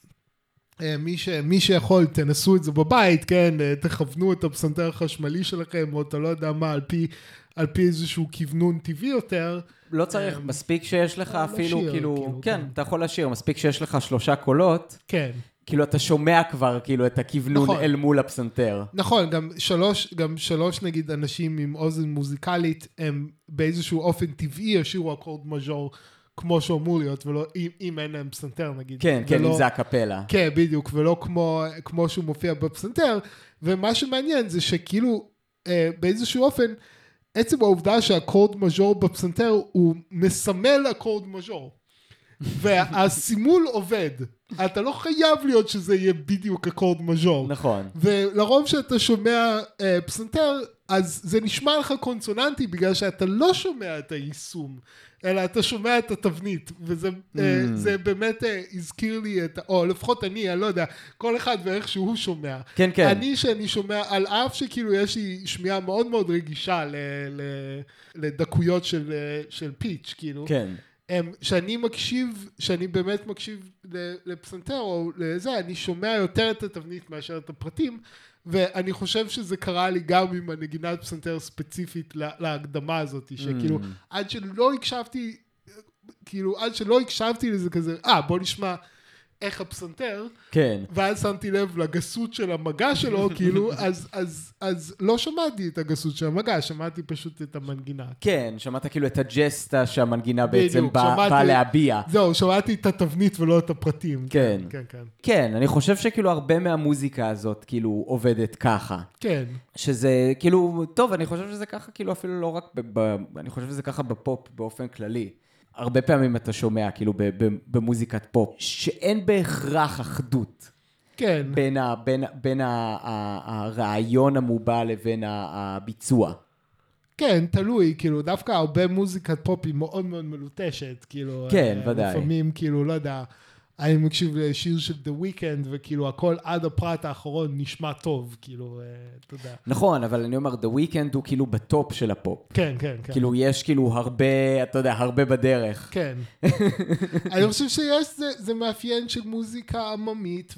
מי שיכול, תנסו את זה בבית, כן, תכוונו את הפסנתר החשמלי שלכם, או אתה לא יודע מה, על פי איזשהו כיוונון טבעי יותר. לא צריך, מספיק שיש לך אפילו, כאילו, כן, אתה יכול לשיר, מספיק שיש לך 3 קולות, כן. כאילו אתה שומע כבר, כאילו, את הכיוונון אל מול הפסנתר. נכון, גם שלוש נגיד אנשים עם אוזן מוזיקלית, הם באיזשהו אופן טבעי ישירו אקורד מז'ור, כמו שאמור להיות, ולא, אם אין להם פסנתר נגיד. כן, כן, אם זה הקפלה. כן, בדיוק, ולא כמו שהוא מופיע בפסנתר, ומה שמעניין זה שכאילו, באיזשהו אופן, עצם העובדה שהאקורד מז'ור בפסנתר, הוא מסמל אקורד מז'ור. והסימול עובד. אתה לא חייב להיות שזה יהיה בדיוק אקורד מז'ור. נכון. ולרוב שאתה שומע פסנתר, אז זה נשמע לך קונסוננטי, בגלל שאתה לא שומע את היישום, אלא אתה שומע את התבנית, וזה זה באמת הזכיר לי או לפחות אני לא יודע, כל אחד ואיך שהוא שומע. כן, כן. שאני שומע, על אף שכאילו יש לי שמיעה מאוד מאוד רגישה לדקויות של פיץ', כאילו. כן. שאני באמת מקשיב לפסנתר או לזה, אני שומע יותר את התבנית מאשר את הפרטים, ואני חושב שזה קרה לי גם עם הנגינת פסנתר ספציפית להקדמה הזאת, שכאילו עד שלא הקשבתי לזה כזה, בוא נשמע איך הפסנתר, כן. ואז שמתי לב לגסות של המגע שלו, כאילו, אז לא שמעתי את הגסות של המגע, שמעתי פשוט את המנגינה. כן, שמעת כאילו את הג'סטה שהמנגינה בעצם בדיוק, באה להביע. זהו, שמעתי את התבנית ולא את הפרטים. כן. כן, כן. כן, אני חושב שכאילו הרבה מהמוזיקה הזאת כאילו עובדת ככה. כן. שזה כאילו, טוב, אני חושב שזה ככה כאילו אפילו לא רק, אני חושב שזה ככה בפופ באופן כללי. הרבה פעמים אתה שומע כאילו במוזיקת פופ, שאין בהכרח אחדות. כן. בין הרעיון המובע לבין הביצוע. כן, תלוי, כאילו, דווקא הרבה מוזיקת פופ היא מאוד מאוד מלוטשת, כאילו, כן, ודאי. לפעמים, כאילו, לא יודע, אני מקשיב לשיר של The Weeknd, וכאילו, הכל עד הפרט האחרון נשמע טוב, כאילו, אתה יודע. נכון, אבל אני אומר, The Weeknd הוא כאילו בטופ של הפופ. כן, כן, כן. כאילו, יש כאילו הרבה, אתה יודע, הרבה בדרך. כן. אני חושב זה מאפיין של מוזיקה עממית,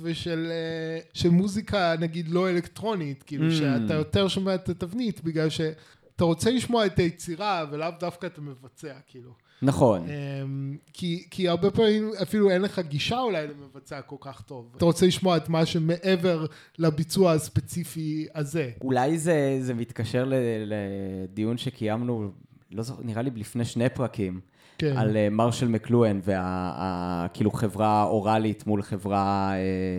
של מוזיקה, נגיד, לא אלקטרונית, כאילו, שאתה יותר שומע את התבנית, בגלל אתה רוצה לשמוע את היצירה, ולאו דווקא אתה מבצע, כאילו. נכון. כי הרבה פעמים אפילו אין לך גישה אולי למבצע כל כך טוב. אתה רוצה לשמוע את מה שמעבר לביצוע הספציפי הזה. אולי זה מתקשר לדיון שקיימנו, לא זוכר, נראה לי לפני 2 פרקים, כן. על מרשל מקלואן, כאילו חברה אוראלית מול חברה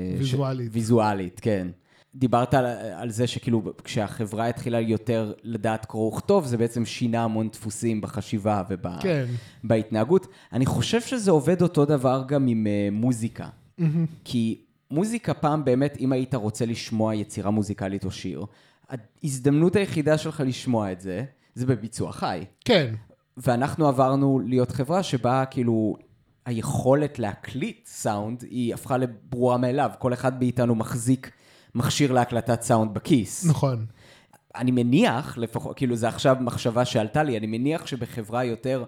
ויזואלית, כן. דיברת על זה שכאילו כשהחברה התחילה יותר לדעת קרוא וכתוב, זה בעצם שינה המון דפוסים בחשיבה ובהתנהגות. אני חושב שזה עובד אותו דבר גם עם מוזיקה. כי מוזיקה פעם באמת, אם היית רוצה לשמוע יצירה מוזיקלית או שיר, ההזדמנות היחידה שלך לשמוע את זה, זה בביצוע חי. כן. ואנחנו עברנו להיות חברה שבה כאילו היכולת להקליט סאונד היא הפכה לברורה מאליו. כל אחד מאיתנו מחזיק מכשיר להקלטת סאונד בכיס. נכון. אני מניח, לפחות, כאילו זה עכשיו מחשבה שעלתה לי, אני מניח שבחברה יותר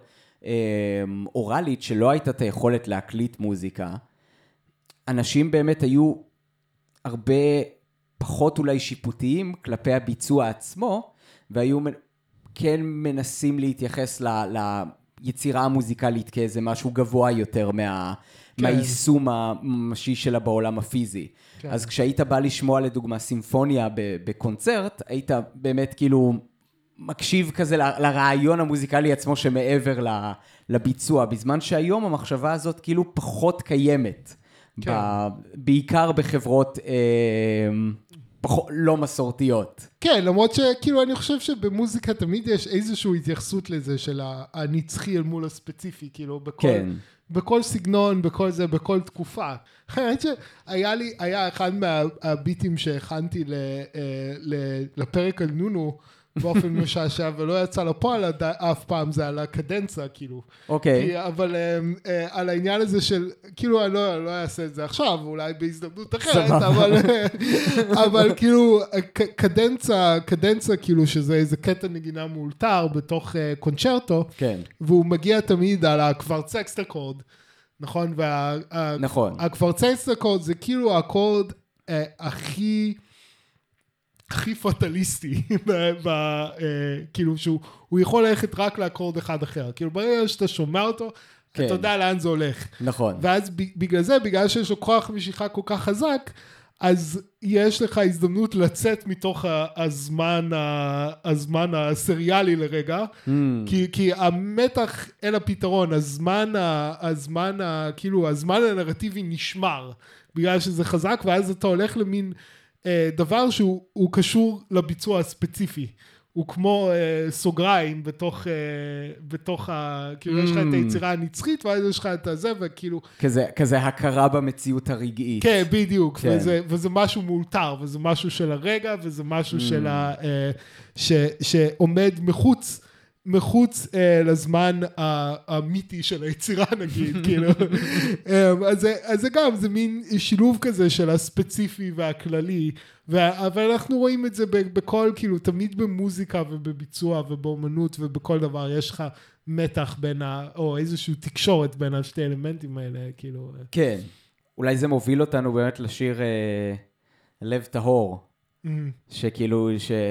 אוראלית, שלא הייתה את היכולת להקליט מוזיקה, אנשים באמת היו הרבה פחות אולי שיפוטיים כלפי הביצוע עצמו, והיו כן מנסים להתייחס ליצירה המוזיקלית כאיזה משהו גבוה יותר מהיישום הממשי שלה בעולם הפיזי. כן. אז כשהיית בא לשמוע לדוגמה סימפוניה בקונצרט, היית באמת כאילו מקשיב כזה לרעיון המוזיקלי עצמו שמעבר לביצוע, בזמן שהיום המחשבה הזאת כאילו פחות קיימת, כן. בעיקר בחברות לא מסורתיות. כן, למרות שכאילו אני חושב שבמוזיקה תמיד יש איזושהי התייחסות לזה של הנצחי אל מול הספציפי, כאילו בכל סגנון, בכל זה, בכל תקופה. האמת היה אחד מהביטים שהכנתי לפרק על נונו, באופן משעשע, ולא יצא לפועל אף פעם, זה על הקדנצה, כאילו. אוקיי. אבל על העניין הזה של, כאילו, אני לא אעשה את זה עכשיו, אולי בהזדמנות אחרת, אבל כאילו, קדנצה, כאילו, שזה איזה קטע נגינה מאולתר בתוך קונצ'רטו, כן. והוא מגיע תמיד על הקוורטסקסטקורד, נכון? נכון. הקוורטסקסטקורד זה כאילו האקורד הכי פטליסטי, כאילו שהוא יכול ללכת רק לאקורד אחד אחר, כאילו ברגע שאתה שומע אותו, אתה יודע לאן זה הולך. נכון. ואז בגלל זה, בגלל שיש לו כוח משיכה כל כך חזק, אז יש לך הזדמנות לצאת מתוך הזמן הסריאלי לרגע, כי המתח אל הפתרון, כאילו הזמן הנרטיבי נשמר, בגלל שזה חזק, ואז אתה הולך למין דבר שהוא קשור לביצוע הספציפי. הוא כמו סוגריים בתוך כאילו יש לך את היצירה הנצחית, ואז יש לך את הזה, וכאילו כזה הכרה במציאות הרגעית. כן, בדיוק. כן. וזה משהו מאולתר, וזה משהו של הרגע, וזה משהו שעומד מחוץ לזמן המיתי של היצירה, נגיד, כאילו. אז זה גם, זה מין שילוב כזה של הספציפי והכללי, אבל אנחנו רואים את זה בכל, כאילו, תמיד במוזיקה ובביצוע ובאומנות ובכל דבר, יש לך מתח בין, או איזושהי תקשורת בין השתי אלמנטים האלה, כאילו. כן, אולי זה מוביל אותנו באמת לשיר לב טהור, שכאילו,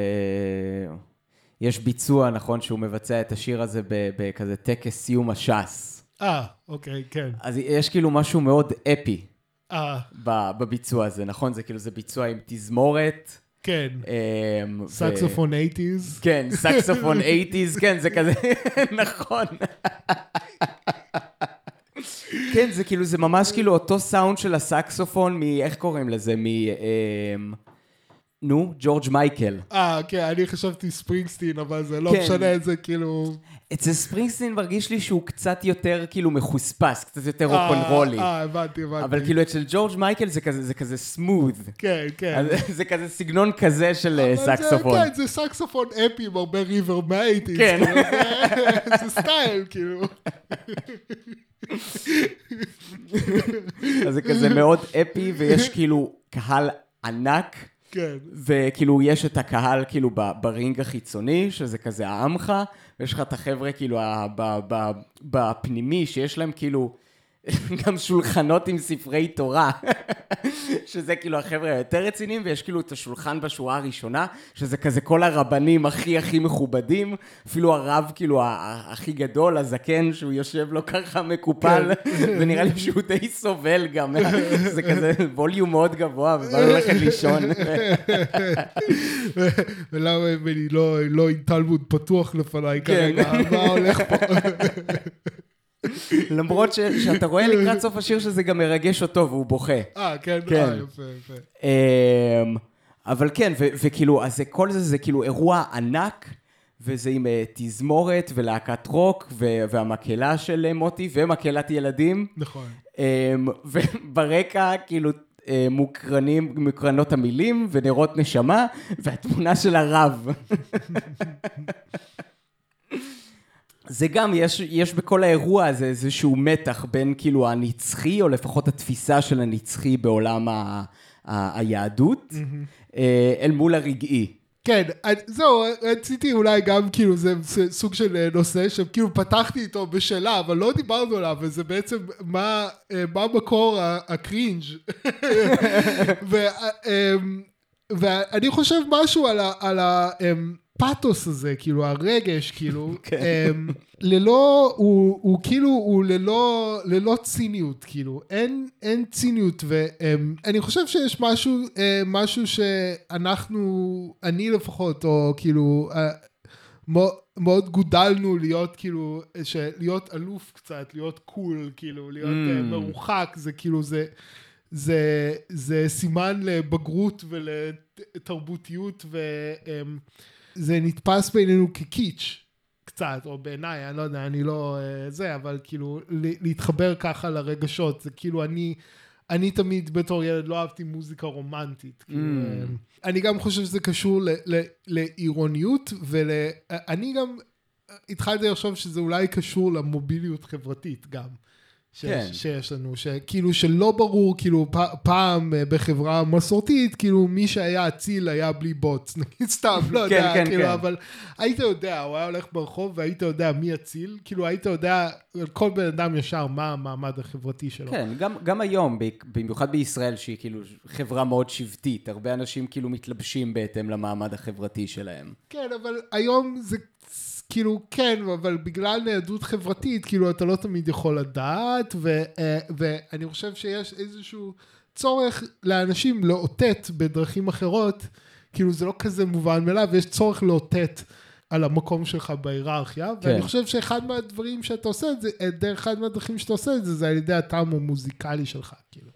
יש ביצוע, נכון, שהוא מבצע את השיר הזה בכזה טקס סיום הש"ס. אוקיי, כן. אז יש כאילו משהו מאוד אפי בביצוע הזה, נכון? זה כאילו, זה ביצוע עם תזמורת. כן. סקסופון 80s. כן, סקסופון 80s, כן, זה כזה, נכון. כן, זה כאילו, זה ממש כאילו אותו סאונד של הסקסופון איך קוראים לזה? ג'ורג' מייקל. כן, אני חשבתי ספרינגסטין, אבל זה לא משנה, זה כאילו... אצל ספרינגסטין מרגיש לי שהוא קצת יותר כאילו מחוספס, קצת יותר רוק'נ'רולי. הבנתי. אבל כאילו אצל ג'ורג' מייקל זה כזה סמוד. כן, כן. זה כזה סגנון כזה של סקסופון. כן, זה סקסופון אפי עם הרבה ריבר מהאיטיז. כן. זה סטייל, כאילו. אז זה כזה מאוד אפי, ויש כאילו קהל ענק. כן. וכאילו יש את הקהל כאילו ברינג החיצוני, שזה כזה העמך, ויש לך את החבר'ה כאילו בפנימי, שיש להם כאילו גם שולחנות עם ספרי תורה, שזה כאילו החבר'ה היותר רציניים, ויש כאילו את השולחן בשורה הראשונה, שזה כזה כל הרבנים הכי מכובדים, אפילו הרב כאילו הכי גדול, הזקן, שהוא יושב לו ככה מקופל, ונראה לי שהוא די סובל גם, זה כזה ווליום מאוד גבוה, ובא ללכת לישון. ולמה אני לא עם תלמוד פתוח לפניי כרגע, מה הולך פה? למרות שאתה רואה לקראת סוף השיר שזה גם מרגש אותו והוא בוכה. כן, יפה. אבל כן, וכאילו, אז כל זה כאילו אירוע ענק, וזה עם תזמורת ולהקת רוק, והמקהלה של מוטי, ומקהלת ילדים. נכון. וברקע כאילו מוקרנות המילים, ונרות נשמה, והתמונה של הרב. זה גם, יש בכל האירוע הזה איזשהו מתח בין כאילו הנצחי, או לפחות התפיסה של הנצחי בעולם היהדות, אל מול הרגעי. כן, זהו, רציתי אולי גם כאילו, זה סוג של נושא שכאילו פתחתי איתו בשאלה, אבל לא דיברנו עליו, וזה בעצם מה מקור הקרינג'. ואני חושב משהו על הפאטוס הזה, כאילו הרגש, כאילו, הוא כאילו, הוא ללא ציניות, כאילו, אין ציניות, ואני חושב שיש משהו שאנחנו, אני לפחות, או כאילו, מאוד גודלנו להיות כאילו, להיות אלוף קצת, להיות קול, כאילו, להיות מרוחק, זה כאילו, זה סימן לבגרות ולתרבותיות, וזה נתפס בינינו כקיץ' קצת, או בעיניי, אני לא יודע, אני לא זה, אבל כאילו להתחבר ככה לרגשות, זה כאילו אני תמיד בתור ילד לא אהבתי מוזיקה רומנטית, אני גם חושב שזה קשור לעירוניות, ואני גם התחלתי לחשוב שזה אולי קשור למוביליות חברתית גם. שיש לנו, שכאילו שלא ברור, כאילו פעם בחברה מסורתית, כאילו מי שהיה אציל היה בלי בוץ, נגיד סתם, לא יודע, כאילו, אבל היית יודע, הוא היה הולך ברחוב והיית יודע מי אציל, כאילו היית יודע, כל בן אדם ישר מה המעמד החברתי שלו. כן, גם היום, במיוחד בישראל, שהיא כאילו חברה מאוד שבטית, הרבה אנשים כאילו מתלבשים בהתאם למעמד החברתי שלהם. כן, אבל היום זה כאילו כן, אבל בגלל ניידות חברתית, כאילו אתה לא תמיד יכול לדעת, ואני חושב שיש איזשהו צורך לאנשים לאותת בדרכים אחרות, כאילו זה לא כזה מובן מאליו, ויש צורך לאותת על המקום שלך בהיררכיה, ואני חושב שאחד מהדברים שאתה עושה את זה, אחד מהדרכים שאתה עושה את זה, זה על ידי הטעם המוזיקלי שלך, כאילו.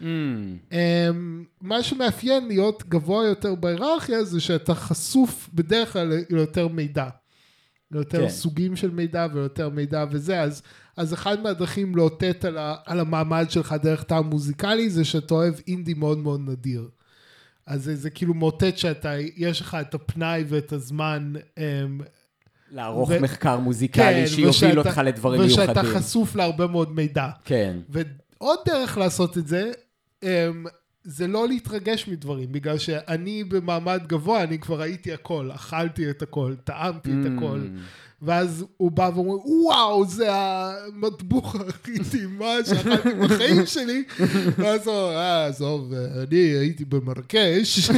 מה שמאפיין להיות גבוה יותר בהיררכיה, זה שאתה חשוף בדרך כלל ליותר מידע. ליותר סוגים של מידע ויותר מידע וזה, אז אחד מהדרכים לאותת על המעמד שלך דרך טעם מוזיקלי, זה שאתה אוהב אינדי מאוד מאוד נדיר. אז זה כאילו מאותת יש לך את הפנאי ואת הזמן. לערוך מחקר מוזיקלי שיוביל אותך לדברים מיוחדים. ושאתה חשוף להרבה מאוד מידע. כן. ועוד דרך לעשות את זה, זה לא להתרגש מדברים, בגלל שאני במעמד גבוה, אני כבר ראיתי הכל, אכלתי את הכל, טעמתי את הכל, ואז הוא בא ואומר, וואו, זה המטבוח הכי טעימה שאכלתי בחיים שלי, ואז הוא אומר, עזוב, אני הייתי במרקש.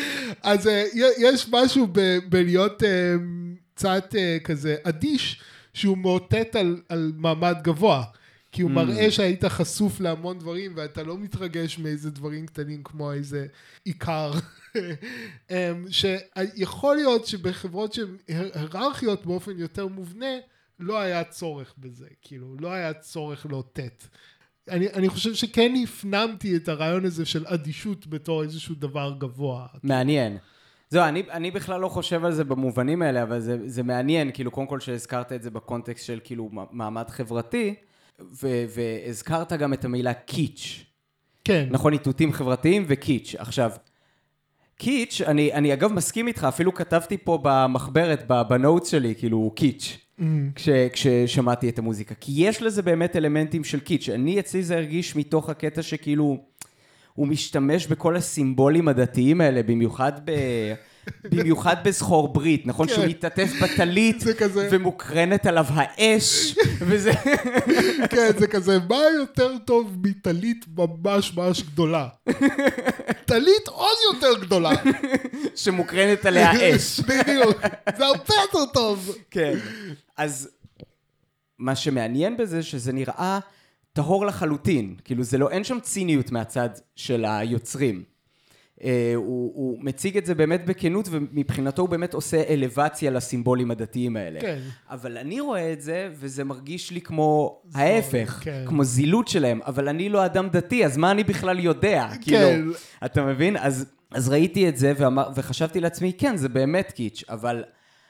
אז יש משהו בלהיות קצת כזה אדיש, שהוא מאותת על מעמד גבוה. כי הוא מראה שהיית חשוף להמון דברים, ואתה לא מתרגש מאיזה דברים קטנים כמו איזה עיקר. שיכול להיות שבחברות שהן היררכיות באופן יותר מובנה, לא היה צורך בזה, כאילו, לא היה צורך לאותת. אני חושב שכן הפנמתי את הרעיון הזה של אדישות בתור איזשהו דבר גבוה. מעניין. זהו, אני בכלל לא חושב על זה במובנים האלה, אבל זה מעניין, כאילו, קודם כל שהזכרת את זה בקונטקסט של כאילו מעמד חברתי, והזכרת גם את המילה קיץ'. כן. נכון, איתותים חברתיים וקיץ'. עכשיו, קיץ', אני אגב מסכים איתך, אפילו כתבתי פה במחברת, בנוטס שלי, כאילו קיץ', כששמעתי את המוזיקה. כי יש לזה באמת אלמנטים של קיץ'. אני אצלי זה הרגיש מתוך הקטע שכאילו, הוא משתמש בכל הסימבולים הדתיים האלה, במיוחד בזכור ברית, נכון? שהוא מתעטף בטלית ומוקרנת עליו האש, וזה... כן, זה כזה, מה יותר טוב מטלית ממש ממש גדולה? טלית עוד יותר גדולה. שמוקרנת עליה אש. בדיוק, זה הרבה יותר טוב. כן, אז מה שמעניין בזה שזה נראה טהור לחלוטין, כאילו אין שם ציניות מהצד של היוצרים. הוא מציג את זה באמת בכנות, ומבחינתו הוא באמת עושה אלבציה לסימבולים הדתיים האלה. כן. אבל אני רואה את זה, וזה מרגיש לי כמו ההפך, כן. כמו זילות שלהם, אבל אני לא אדם דתי, אז מה אני בכלל יודע? כן. כאילו, אתה מבין? אז ראיתי את זה, וחשבתי לעצמי, כן, זה באמת קיץ', אבל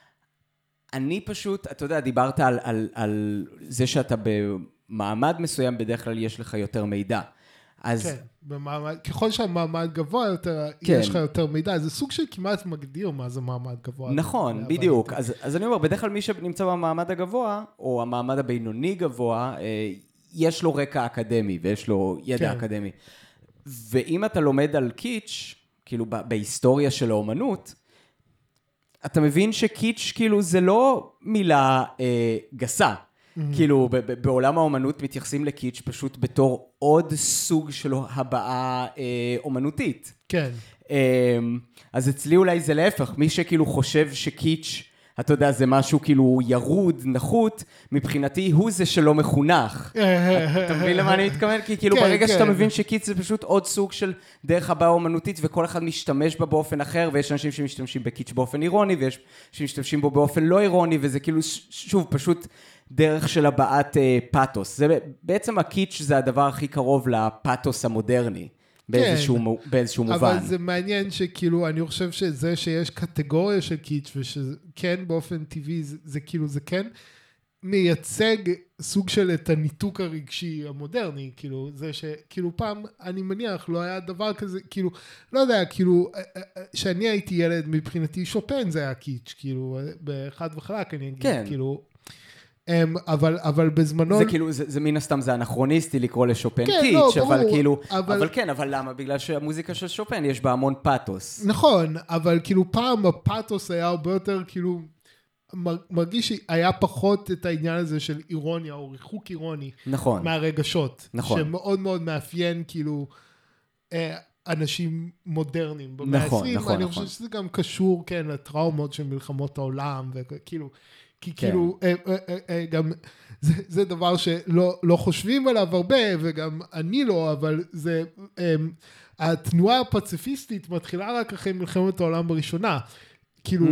אני פשוט, אתה יודע, דיברת על זה שאתה במעמד מסוים, בדרך כלל יש לך יותר מידע. אז... כן, ככל שהמעמד גבוה יותר, כן. יש לך יותר מידע, זה סוג של כמעט מגדיר מה זה מעמד גבוה. נכון, בדיוק. אז אני אומר, בדרך כלל מי שנמצא במעמד הגבוה, או המעמד הבינוני גבוה, יש לו רקע אקדמי, ויש לו ידע כן. אקדמי. ואם אתה לומד על קיץ', כאילו בהיסטוריה של האומנות, אתה מבין שקיץ' כאילו זה לא מילה גסה. כאילו, בעולם האומנות מתייחסים לקיץ' פשוט בתור עוד סוג של הבעה אומנותית. כן. אז אצלי אולי זה להפך, מי שכאילו חושב שקיץ', אתה יודע, זה משהו כאילו ירוד, נחות, מבחינתי הוא זה שלא מחונך. אתה מבין למה אני מתכוון? כי כאילו ברגע שאתה מבין שקיץ' זה פשוט עוד סוג של דרך הבעה אומנותית, וכל אחד משתמש בה באופן אחר, ויש אנשים שמשתמשים בקיץ' באופן אירוני, ויש שמשתמשים בו באופן לא אירוני, וזה כאילו, שוב, פשוט דרך של הבעת פאטוס. זה בעצם הקיץ' זה הדבר הכי קרוב לפאטוס המודרני. באיזשהו מובן. אבל זה מעניין שכאילו, אני חושב שזה שיש קטגוריה של קיץ' ושכן באופן טבעי, זה כאילו, זה כן מייצג סוג של את הניתוק הרגשי המודרני, כאילו, זה שכאילו פעם, אני מניח, לא היה דבר כזה, כאילו, לא יודע, כאילו, שאני הייתי ילד, מבחינתי שופן זה היה קיץ', כאילו, באחד וחלק, אני אגיד, כן. כאילו, אבל בזמנו... זה כאילו, זה מן הסתם, זה אנכרוניסטי לקרוא לשופן קיץ', אבל כאילו, אבל כן, אבל למה? בגלל שהמוזיקה של שופן יש בה המון פאטוס. נכון, אבל כאילו פעם הפאטוס היה הרבה יותר כאילו, מרגיש שהיה פחות את העניין הזה של אירוניה או ריחוק אירוני. נכון. מהרגשות. נכון. שמאוד מאוד מאפיין כאילו אנשים מודרניים במאה ה-20. נכון. אני חושב שזה גם קשור, כן, לטראומות של מלחמות העולם וכאילו... כי כאילו, גם זה דבר שלא חושבים עליו הרבה, וגם אני לא, אבל זה, התנועה הפציפיסטית מתחילה רק אחרי מלחמת העולם בראשונה. כאילו,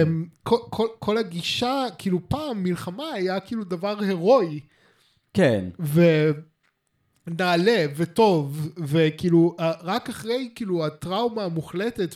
כל הגישה, כאילו פעם מלחמה היה כאילו דבר הירואי. כן. ונעלה וטוב, וכאילו, רק אחרי כאילו הטראומה המוחלטת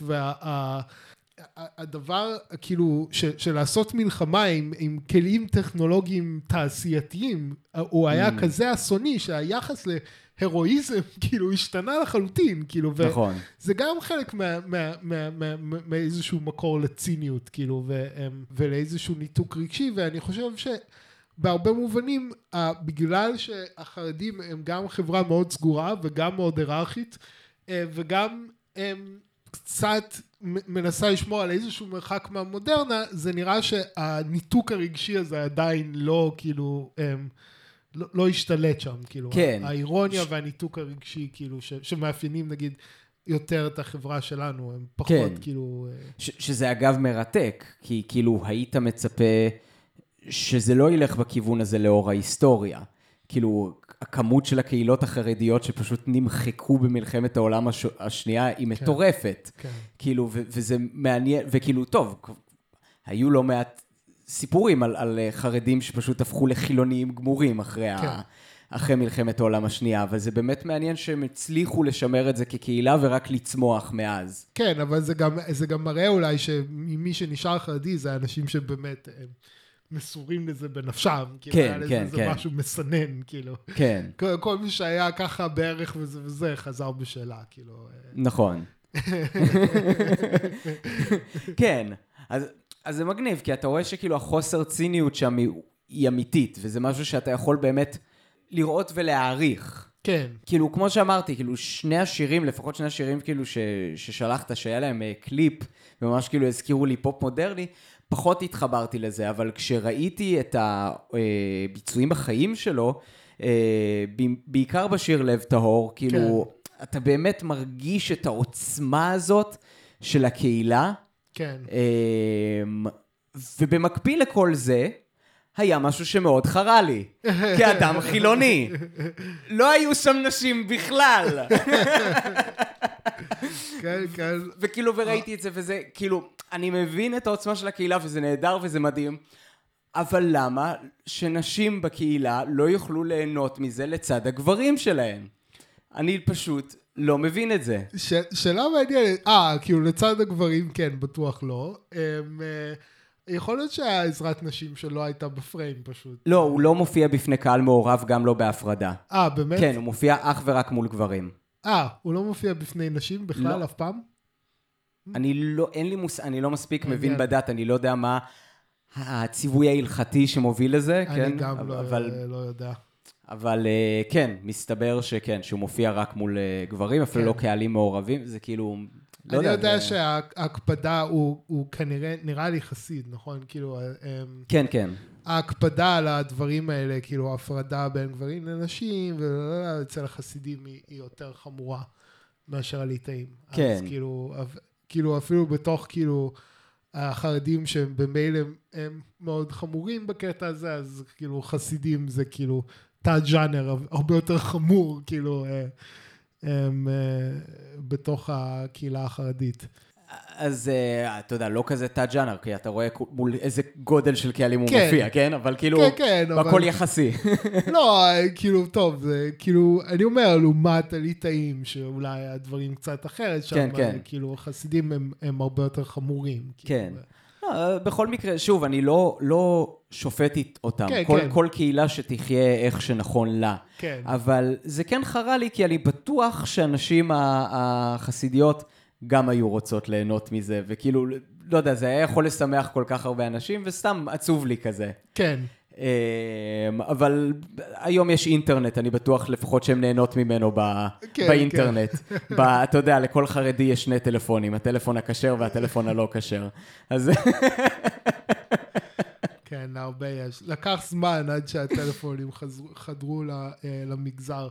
הדבר, כאילו, של לעשות מלחמה עם כלים טכנולוגיים תעשייתיים, הוא היה כזה אסוני שהיחס להירואיזם, כאילו, השתנה לחלוטין, כאילו, נכון. זה גם חלק מאיזשהו מקור לציניות, כאילו, ולאיזשהו ניתוק רגשי, ואני חושב שבהרבה מובנים, בגלל שהחרדים הם גם חברה מאוד סגורה, וגם מאוד היררכית, וגם קצת מנסה לשמור על איזשהו מרחק מהמודרנה, זה נראה שהניתוק הרגשי הזה עדיין לא, כאילו, לא השתלט שם, כאילו. כן. האירוניה והניתוק הרגשי, כאילו, שמאפיינים, נגיד, יותר את החברה שלנו, הם פחות, כן. כאילו... שזה אגב מרתק, כי כאילו היית מצפה שזה לא ילך בכיוון הזה לאור ההיסטוריה. כאילו, הכמות של הקהילות החרדיות שפשוט נמחקו במלחמת העולם השנייה היא מטורפת. כן. כאילו, וזה מעניין, וכאילו, טוב, היו לא מעט סיפורים על חרדים שפשוט הפכו לחילוניים גמורים אחרי מלחמת העולם השנייה, אבל זה באמת מעניין שהם הצליחו לשמר את זה כקהילה ורק לצמוח מאז. כן, אבל זה גם מראה אולי שמי שנשאר חרדי זה האנשים שבאמת מסורים לזה בנפשם. כן, כן. זה משהו מסנן, כאילו. כן. כל מי שהיה ככה בערך וזה חזר בשאלה, כאילו. נכון. כן, אז זה מגניב, כי אתה רואה שכאילו החוסר ציניות שם היא אמיתית, וזה משהו שאתה יכול באמת לראות ולהעריך. כן. כאילו, כמו שאמרתי, כאילו, שני השירים, לפחות שני השירים כאילו ששלחת, שהיה להם קליפ, וממש כאילו הזכירו לי פופ מודרני, פחות התחברתי לזה, אבל כשראיתי את הביצועים בחיים שלו, בעיקר בשיר לב טהור, כאילו, אתה באמת מרגיש את העוצמה הזאת של הקהילה. כן. ובמקביל לכל זה, היה משהו שמאוד חרה לי, כאדם חילוני. לא היו שם נשים בכלל. כן, כן. וכאילו, וראיתי את זה, וזה, כאילו, אני מבין את העוצמה של הקהילה, וזה נהדר וזה מדהים, אבל למה שנשים בקהילה לא יוכלו ליהנות מזה לצד הגברים שלהם? אני פשוט לא מבין את זה. שאלה מעניינת, כאילו לצד הגברים, כן, בטוח לא. יכול להיות שהעזרת נשים שלו הייתה בפריים פשוט. לא, הוא לא מופיע בפני קהל מעורב, גם לא בהפרדה. באמת? כן, הוא מופיע אך ורק מול גברים. הוא לא מופיע בפני נשים בכלל אף פעם? אני לא מספיק מבין בדת, אני לא יודע מה הציווי ההלכתי שמוביל לזה. אני גם לא יודע. אבל כן, מסתבר שכן, שהוא מופיע רק מול גברים, אפילו לא קהלים מעורבים, זה כאילו... אני יודע שההקפדה הוא כנראה, נראה לי חסיד, נכון? כאילו... כן, כן. ההקפדה על הדברים האלה, כאילו ההפרדה בין גברים לנשים, ואצל החסידים היא יותר חמורה מאשר הליטאים. כן. אז כאילו אפילו בתוך כאילו החרדים שהם במילא הם מאוד חמורים בקטע הזה, אז כאילו חסידים זה כאילו תת ז'אנר הרבה יותר חמור, כאילו... בתוך הקהילה החרדית. אז אתה יודע, לא כזה תת ז'אנר, כי אתה רואה מול איזה גודל של קהלים הוא מופיע, כן? אבל כאילו, הכל יחסי. לא, כאילו, טוב, זה כאילו, אני אומר, לעומת הליטאים, שאולי הדברים קצת אחרת, שם כאילו, חסידים הם הרבה יותר חמורים. כן. בכל מקרה, שוב, אני לא שופטת אותם. כל קהילה שתחיה איך שנכון לה. אבל זה כן חרה לי, כי אני בטוח שהנשים החסידיות גם היו רוצות ליהנות מזה, וכאילו, לא יודע, זה היה יכול לשמח כל כך הרבה אנשים, וסתם עצוב לי כזה. כן. אבל היום יש אינטרנט, אני בטוח לפחות שהן נהנות ממנו באינטרנט. אתה יודע, לכל חרדי יש שני טלפונים, הטלפון הכשר והטלפון הלא כשר. אז... כן, הרבה יש. לקח זמן עד שהטלפונים חדרו למגזר.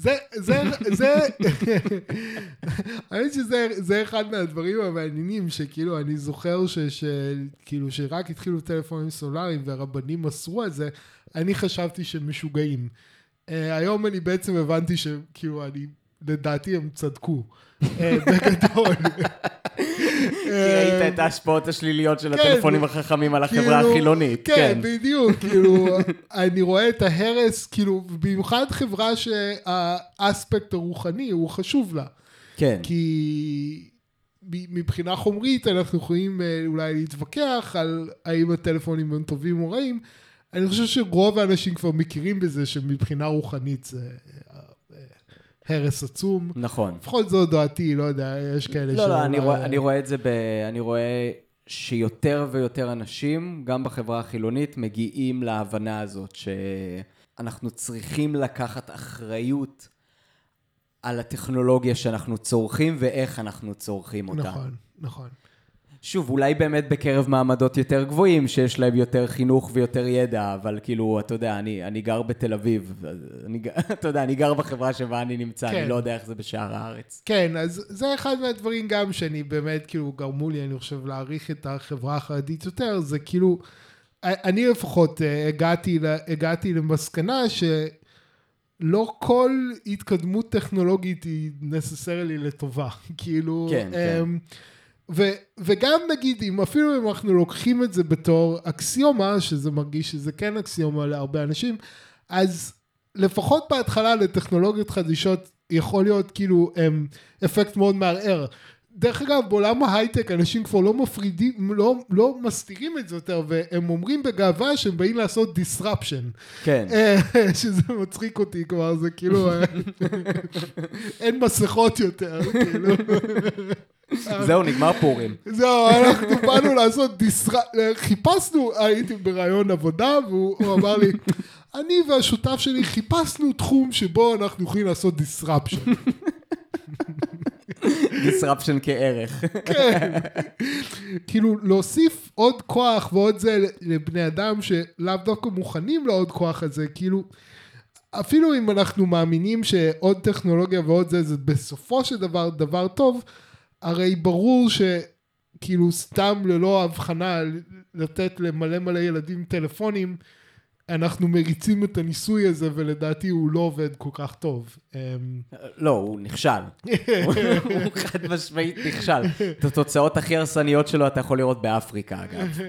האמת שזה אחד מהדברים המעניינים, שכאילו אני זוכר שכאילו שרק התחילו טלפונים סולריים והרבנים אסרו על זה, אני חשבתי שהם משוגעים. היום אני בעצם הבנתי שכאילו לדעתי הם צדקו. בגדול. כי ראית את ההשפעות השליליות של הטלפונים החכמים על החברה החילונית. כן, בדיוק, כאילו, אני רואה את ההרס, כאילו, במיוחד חברה שהאספקט הרוחני הוא חשוב לה. כן. כי מבחינה חומרית אנחנו יכולים אולי להתווכח על האם הטלפונים הם טובים או רעים. אני חושב שרוב האנשים כבר מכירים בזה שמבחינה רוחנית זה... הרס עצום. נכון. לפחות זו דעתי, לא יודע, יש כאלה לא, אני רואה את זה אני רואה שיותר ויותר אנשים, גם בחברה החילונית, מגיעים להבנה הזאת, שאנחנו צריכים לקחת אחריות על הטכנולוגיה שאנחנו צורכים, ואיך אנחנו צורכים אותה. נכון, נכון. שוב, אולי באמת בקרב מעמדות יותר גבוהים, שיש להם יותר חינוך ויותר ידע, אבל כאילו, אתה יודע, אני גר בתל אביב, אתה יודע, אני גר בחברה שבה אני נמצא, אני לא יודע איך זה בשאר הארץ. כן, אז זה אחד מהדברים גם שאני באמת, כאילו, גרמו לי, אני חושב, להעריך את החברה החרדית יותר, זה כאילו, אני לפחות הגעתי למסקנה שלא כל התקדמות טכנולוגית היא necessarily לטובה. כאילו, כן, כן. וגם נגיד, אפילו אם אנחנו לוקחים את זה בתור אקסיומה, שזה מרגיש שזה כן אקסיומה להרבה אנשים, אז לפחות בהתחלה לטכנולוגיות חדישות יכול להיות כאילו אפקט מאוד מערער. דרך אגב, בעולם ההייטק אנשים כבר לא מפרידים, לא מסתירים את זה יותר, והם אומרים בגאווה שהם באים לעשות disruption. כן. שזה מצחיק אותי כבר, זה כאילו, אין מסכות יותר, כאילו. זהו, נגמר פורים. זהו, אנחנו באנו לעשות חיפשנו, הייתי ברעיון עבודה, והוא אמר לי, אני והשותף שלי חיפשנו תחום שבו אנחנו יכולים לעשות disruption. disruption כערך. כן. כאילו, להוסיף עוד כוח ועוד זה לבני אדם שלאו דווקא מוכנים לעוד כוח הזה, כאילו, אפילו אם אנחנו מאמינים שעוד טכנולוגיה ועוד זה בסופו של דבר טוב, הרי ברור שכאילו סתם ללא הבחנה לתת למלא ילדים טלפונים, אנחנו מריצים את הניסוי הזה, ולדעתי הוא לא עובד כל כך טוב. לא, הוא נכשל. הוא חד משמעית נכשל. את התוצאות הכי הרסניות שלו אתה יכול לראות באפריקה, אגב.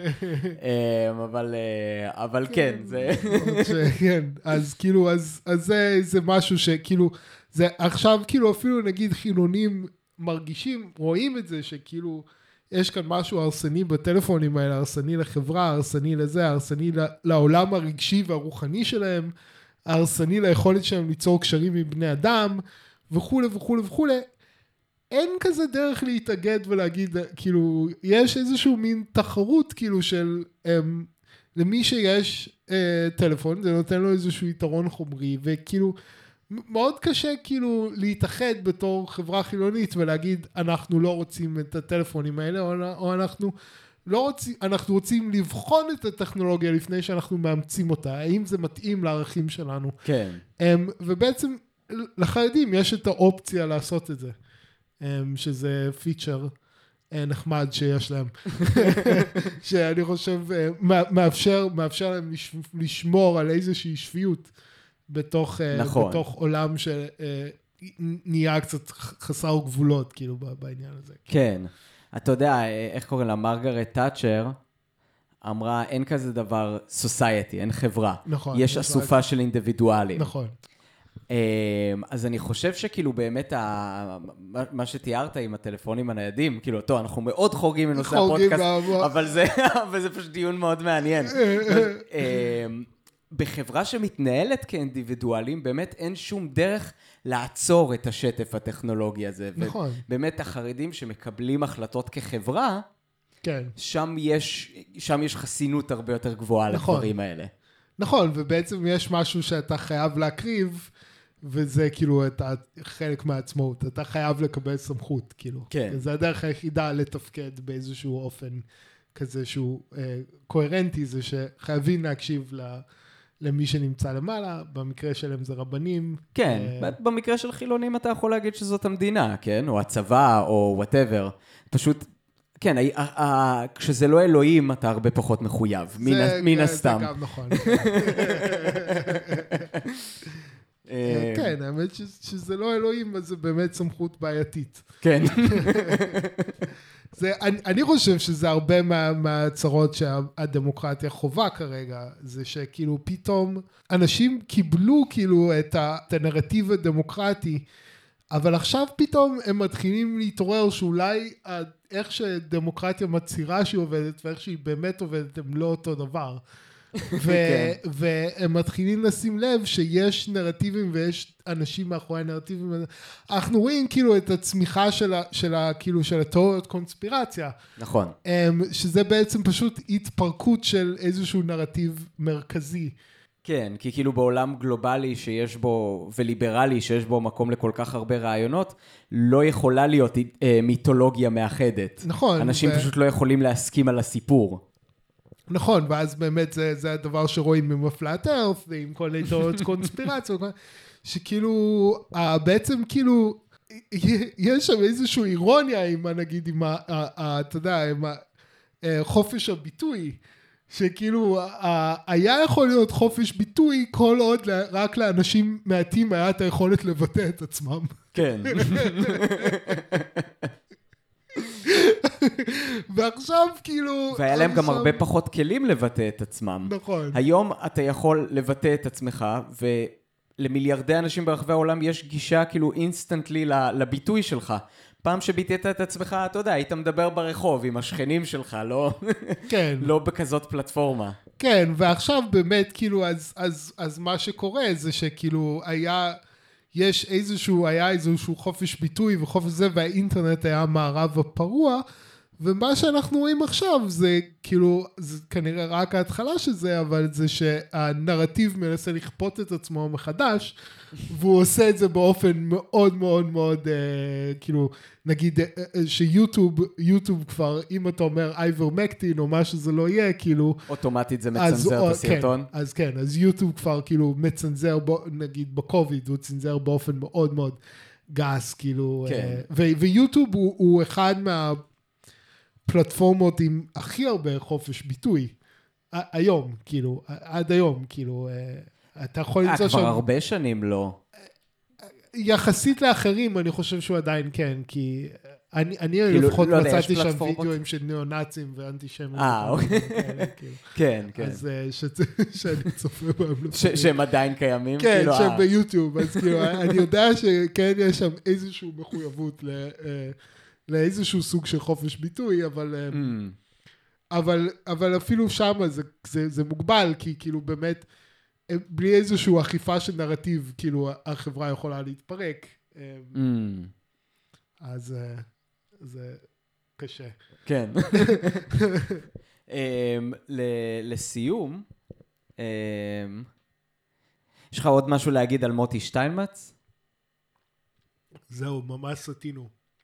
אבל כן, זה... כן, אז כאילו, אז זה משהו שכאילו, זה עכשיו כאילו אפילו נגיד חילונים מרגישים, רואים את זה שכאילו, יש כאן משהו הרסני בטלפונים האלה, הרסני לחברה, הרסני לזה, הרסני לעולם הרגשי והרוחני שלהם, הרסני ליכולת שלהם ליצור קשרים עם בני אדם, וכו' וכו' וכו'. אין כזה דרך להתאגד ולהגיד, כאילו, יש איזשהו מין תחרות, כאילו, של למי שיש טלפון, זה נותן לו איזשהו יתרון חומרי, וכאילו, מאוד קשה כאילו להתאחד בתור חברה חילונית ולהגיד אנחנו לא רוצים את הטלפונים האלה או אנחנו רוצים לבחון את הטכנולוגיה לפני שאנחנו מאמצים אותה, האם זה מתאים לערכים שלנו. כן. ובעצם לחרדים יש את האופציה לעשות את זה, שזה פיצ'ר נחמד שיש להם, שאני חושב מאפשר להם לשמור על איזושהי שפיות. בתוך עולם שנהיה קצת חסר גבולות, כאילו, בעניין הזה. כן. אתה יודע, איך קוראים לה? מרגרט תאצ'ר אמרה, אין כזה דבר society, אין חברה. נכון. יש אסופה של אינדיבידואלים. נכון. אז אני חושב שכאילו באמת מה שתיארת עם הטלפונים הניידים, כאילו, טוב, אנחנו מאוד חורגים מנושא הפודקאסט, אבל זה פשוט דיון מאוד מעניין. בחברה שמתנהלת כאינדיבידואלים, באמת אין שום דרך לעצור את השטף הטכנולוגי הזה. נכון. ובאמת החרדים שמקבלים החלטות כחברה, כן. שם יש חסינות הרבה יותר גבוהה נכון. לדברים האלה. נכון, ובעצם יש משהו שאתה חייב להקריב, וזה כאילו חלק מהעצמאות. אתה חייב לקבל סמכות, כאילו. כן. זה הדרך היחידה לתפקד באיזשהו אופן כזה שהוא קוהרנטי, זה שחייבים להקשיב למי שנמצא למעלה, במקרה שלהם זה רבנים. כן, במקרה של חילונים אתה יכול להגיד שזאת המדינה, כן? או הצבא, או whatever. פשוט, כן, כשזה לא אלוהים, אתה הרבה פחות מחויב, מן הסתם. זה גם נכון. כן, האמת שזה לא אלוהים, אז זה באמת סמכות בעייתית. כן. אני חושב שזה הרבה מהצרות שהדמוקרטיה חובה כרגע, זה שכאילו פתאום אנשים קיבלו כאילו את הנרטיב הדמוקרטי, אבל עכשיו פתאום הם מתחילים להתעורר שאולי איך שדמוקרטיה מצהירה שהיא עובדת ואיך שהיא באמת עובדת הם לא אותו דבר. והם מתחילים לשים לב שיש נרטיבים ויש אנשים מאחורי הנרטיבים. אנחנו רואים כאילו את הצמיחה של התיאוריות קונספירציה. נכון. שזה בעצם פשוט התפרקות של איזשהו נרטיב מרכזי. כן, כי כאילו בעולם גלובלי שיש בו, וליברלי שיש בו מקום לכל כך הרבה רעיונות, לא יכולה להיות מיתולוגיה מאחדת. נכון. אנשים פשוט לא יכולים להסכים על הסיפור. נכון, ואז באמת זה הדבר שרואים עם הפלאט ארת, ועם כל מיני תיאוריות קונספירציה, שכאילו, בעצם כאילו, יש שם איזושהי אירוניה עם, נגיד, אתה יודע, עם חופש הביטוי, שכאילו היה יכול להיות חופש ביטוי כל עוד רק לאנשים מעטים היה את היכולת לבטא את עצמם. כן. ועכשיו כאילו... והיה להם גם הרבה פחות כלים לבטא את עצמם. נכון. היום אתה יכול לבטא את עצמך, ולמיליארדי אנשים ברחבי העולם יש גישה כאילו אינסטנטלי לביטוי שלך. פעם שביטאת את עצמך, אתה יודע, היית מדבר ברחוב עם השכנים שלך, כן. לא בכזאת פלטפורמה. כן, ועכשיו באמת כאילו, אז מה שקורה זה שכאילו היה איזשהו חופש ביטוי וחופש זה, והאינטרנט היה המערב הפרוע, ומה שאנחנו רואים עכשיו זה כאילו, זה כנראה רק ההתחלה של זה, אבל זה שהנרטיב מנסה לכפות את עצמו מחדש, והוא עושה את זה באופן מאוד מאוד מאוד, כאילו, נגיד שיוטיוב כבר, אם אתה אומר אייברמקטין או מה שזה לא יהיה, כאילו... אוטומטית זה מצנזר את הסרטון? כן, אז יוטיוב כבר כאילו מצנזר, נגיד בקוביד, הוא צנזר באופן מאוד מאוד גס, כאילו, ויוטיוב הוא אחד פלטפורמות עם הכי הרבה חופש ביטוי, היום, כאילו, עד היום, כאילו, אתה יכול למצוא שם... כבר הרבה שנים לא. יחסית לאחרים, אני חושב שהוא עדיין כן, כי אני לפחות מצאתי שם וידאוים של ניאו-נאצים ואנטישמים. אוקיי. כן, כן. אז שאני צופה בהם. שהם עדיין קיימים? כן, שהם ביוטיוב, אז כאילו, אני יודע שכן יש שם איזושהי מחויבות לאיזשהו סוג של חופש ביטוי, אבל אפילו שם זה מוגבל, כי כאילו באמת, בלי איזושהי אכיפה של נרטיב, כאילו החברה יכולה להתפרק. אז זה קשה. כן. לסיום, יש לך עוד משהו להגיד על מוטי שטיינמץ? זהו, ממש סתינו.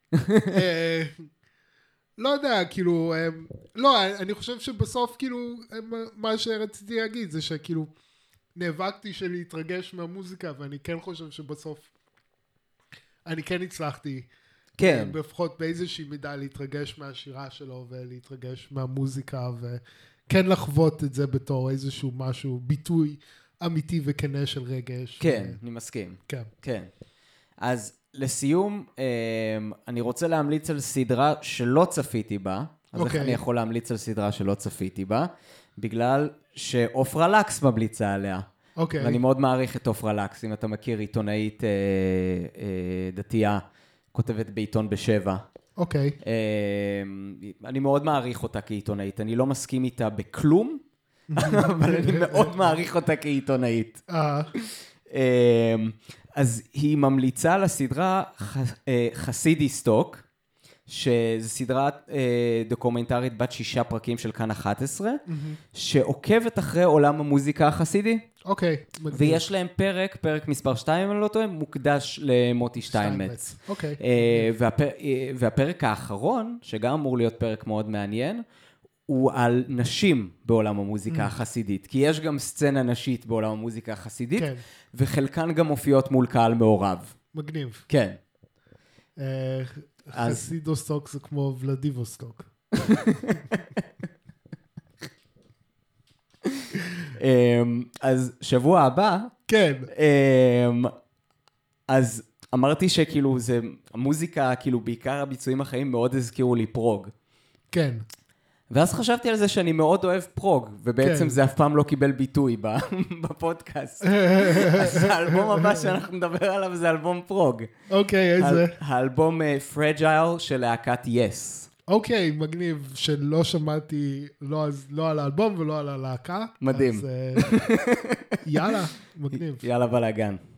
לא יודע, כאילו, לא, אני חושב שבסוף, כאילו, מה שרציתי להגיד זה שכאילו, נאבקתי של להתרגש מהמוזיקה, ואני כן חושב שבסוף, אני כן הצלחתי, כן. לפחות באיזושהי מידה להתרגש מהשירה שלו, ולהתרגש מהמוזיקה, וכן לחוות את זה בתור איזשהו משהו, ביטוי אמיתי וכנה של רגש. כן, אני מסכים. כן. כן. אז לסיום, אני רוצה להמליץ על סדרה שלא צפיתי בה, אז איך אני יכול להמליץ על סדרה שלא צפיתי בה? בגלל שאופרה לקס ממליצה עליה. ואני מאוד מעריך את אופרה לקס, אם אתה מכיר עיתונאית דתייה, כותבת בעיתון בשבע. אני מאוד מעריך אותה כעיתונאית, אני לא מסכים איתה בכלום, אבל אני מאוד מעריך אותה כעיתונאית. אז היא ממליצה על הסדרה חסידי סטוק, שזו סדרה דוקומנטרית בת 6 פרקים של כאן 11, שעוקבת אחרי עולם המוזיקה החסידי. אוקיי. ויש להם פרק מספר 2, אם אני לא טועה, מוקדש למוטי שטיינמץ. אוקיי. והפרק האחרון, שגם אמור להיות פרק מאוד מעניין, הוא על נשים בעולם המוזיקה החסידית. כי יש גם סצנה נשית בעולם המוזיקה החסידית, וחלקן גם מופיעות מול קהל מעורב. מגניב. כן. חסידוסטוק זה כמו ולדיבוסטוק. אז שבוע הבא, כן. אז אמרתי שכאילו זה, המוזיקה, כאילו בעיקר הביצועים החיים מאוד הזכירו לי פרוג. כן. ואז חשבתי על זה שאני מאוד אוהב פרוג, ובעצם זה אף פעם לא קיבל ביטוי בפודקאסט. אז האלבום הבא שאנחנו נדבר עליו זה אלבום פרוג. אוקיי, איזה? האלבום פרג'ייל של להקת יס. אוקיי, מגניב, שלא שמעתי לא על האלבום ולא על הלהקה. מדהים. אז יאללה, מגניב. יאללה בלאגן.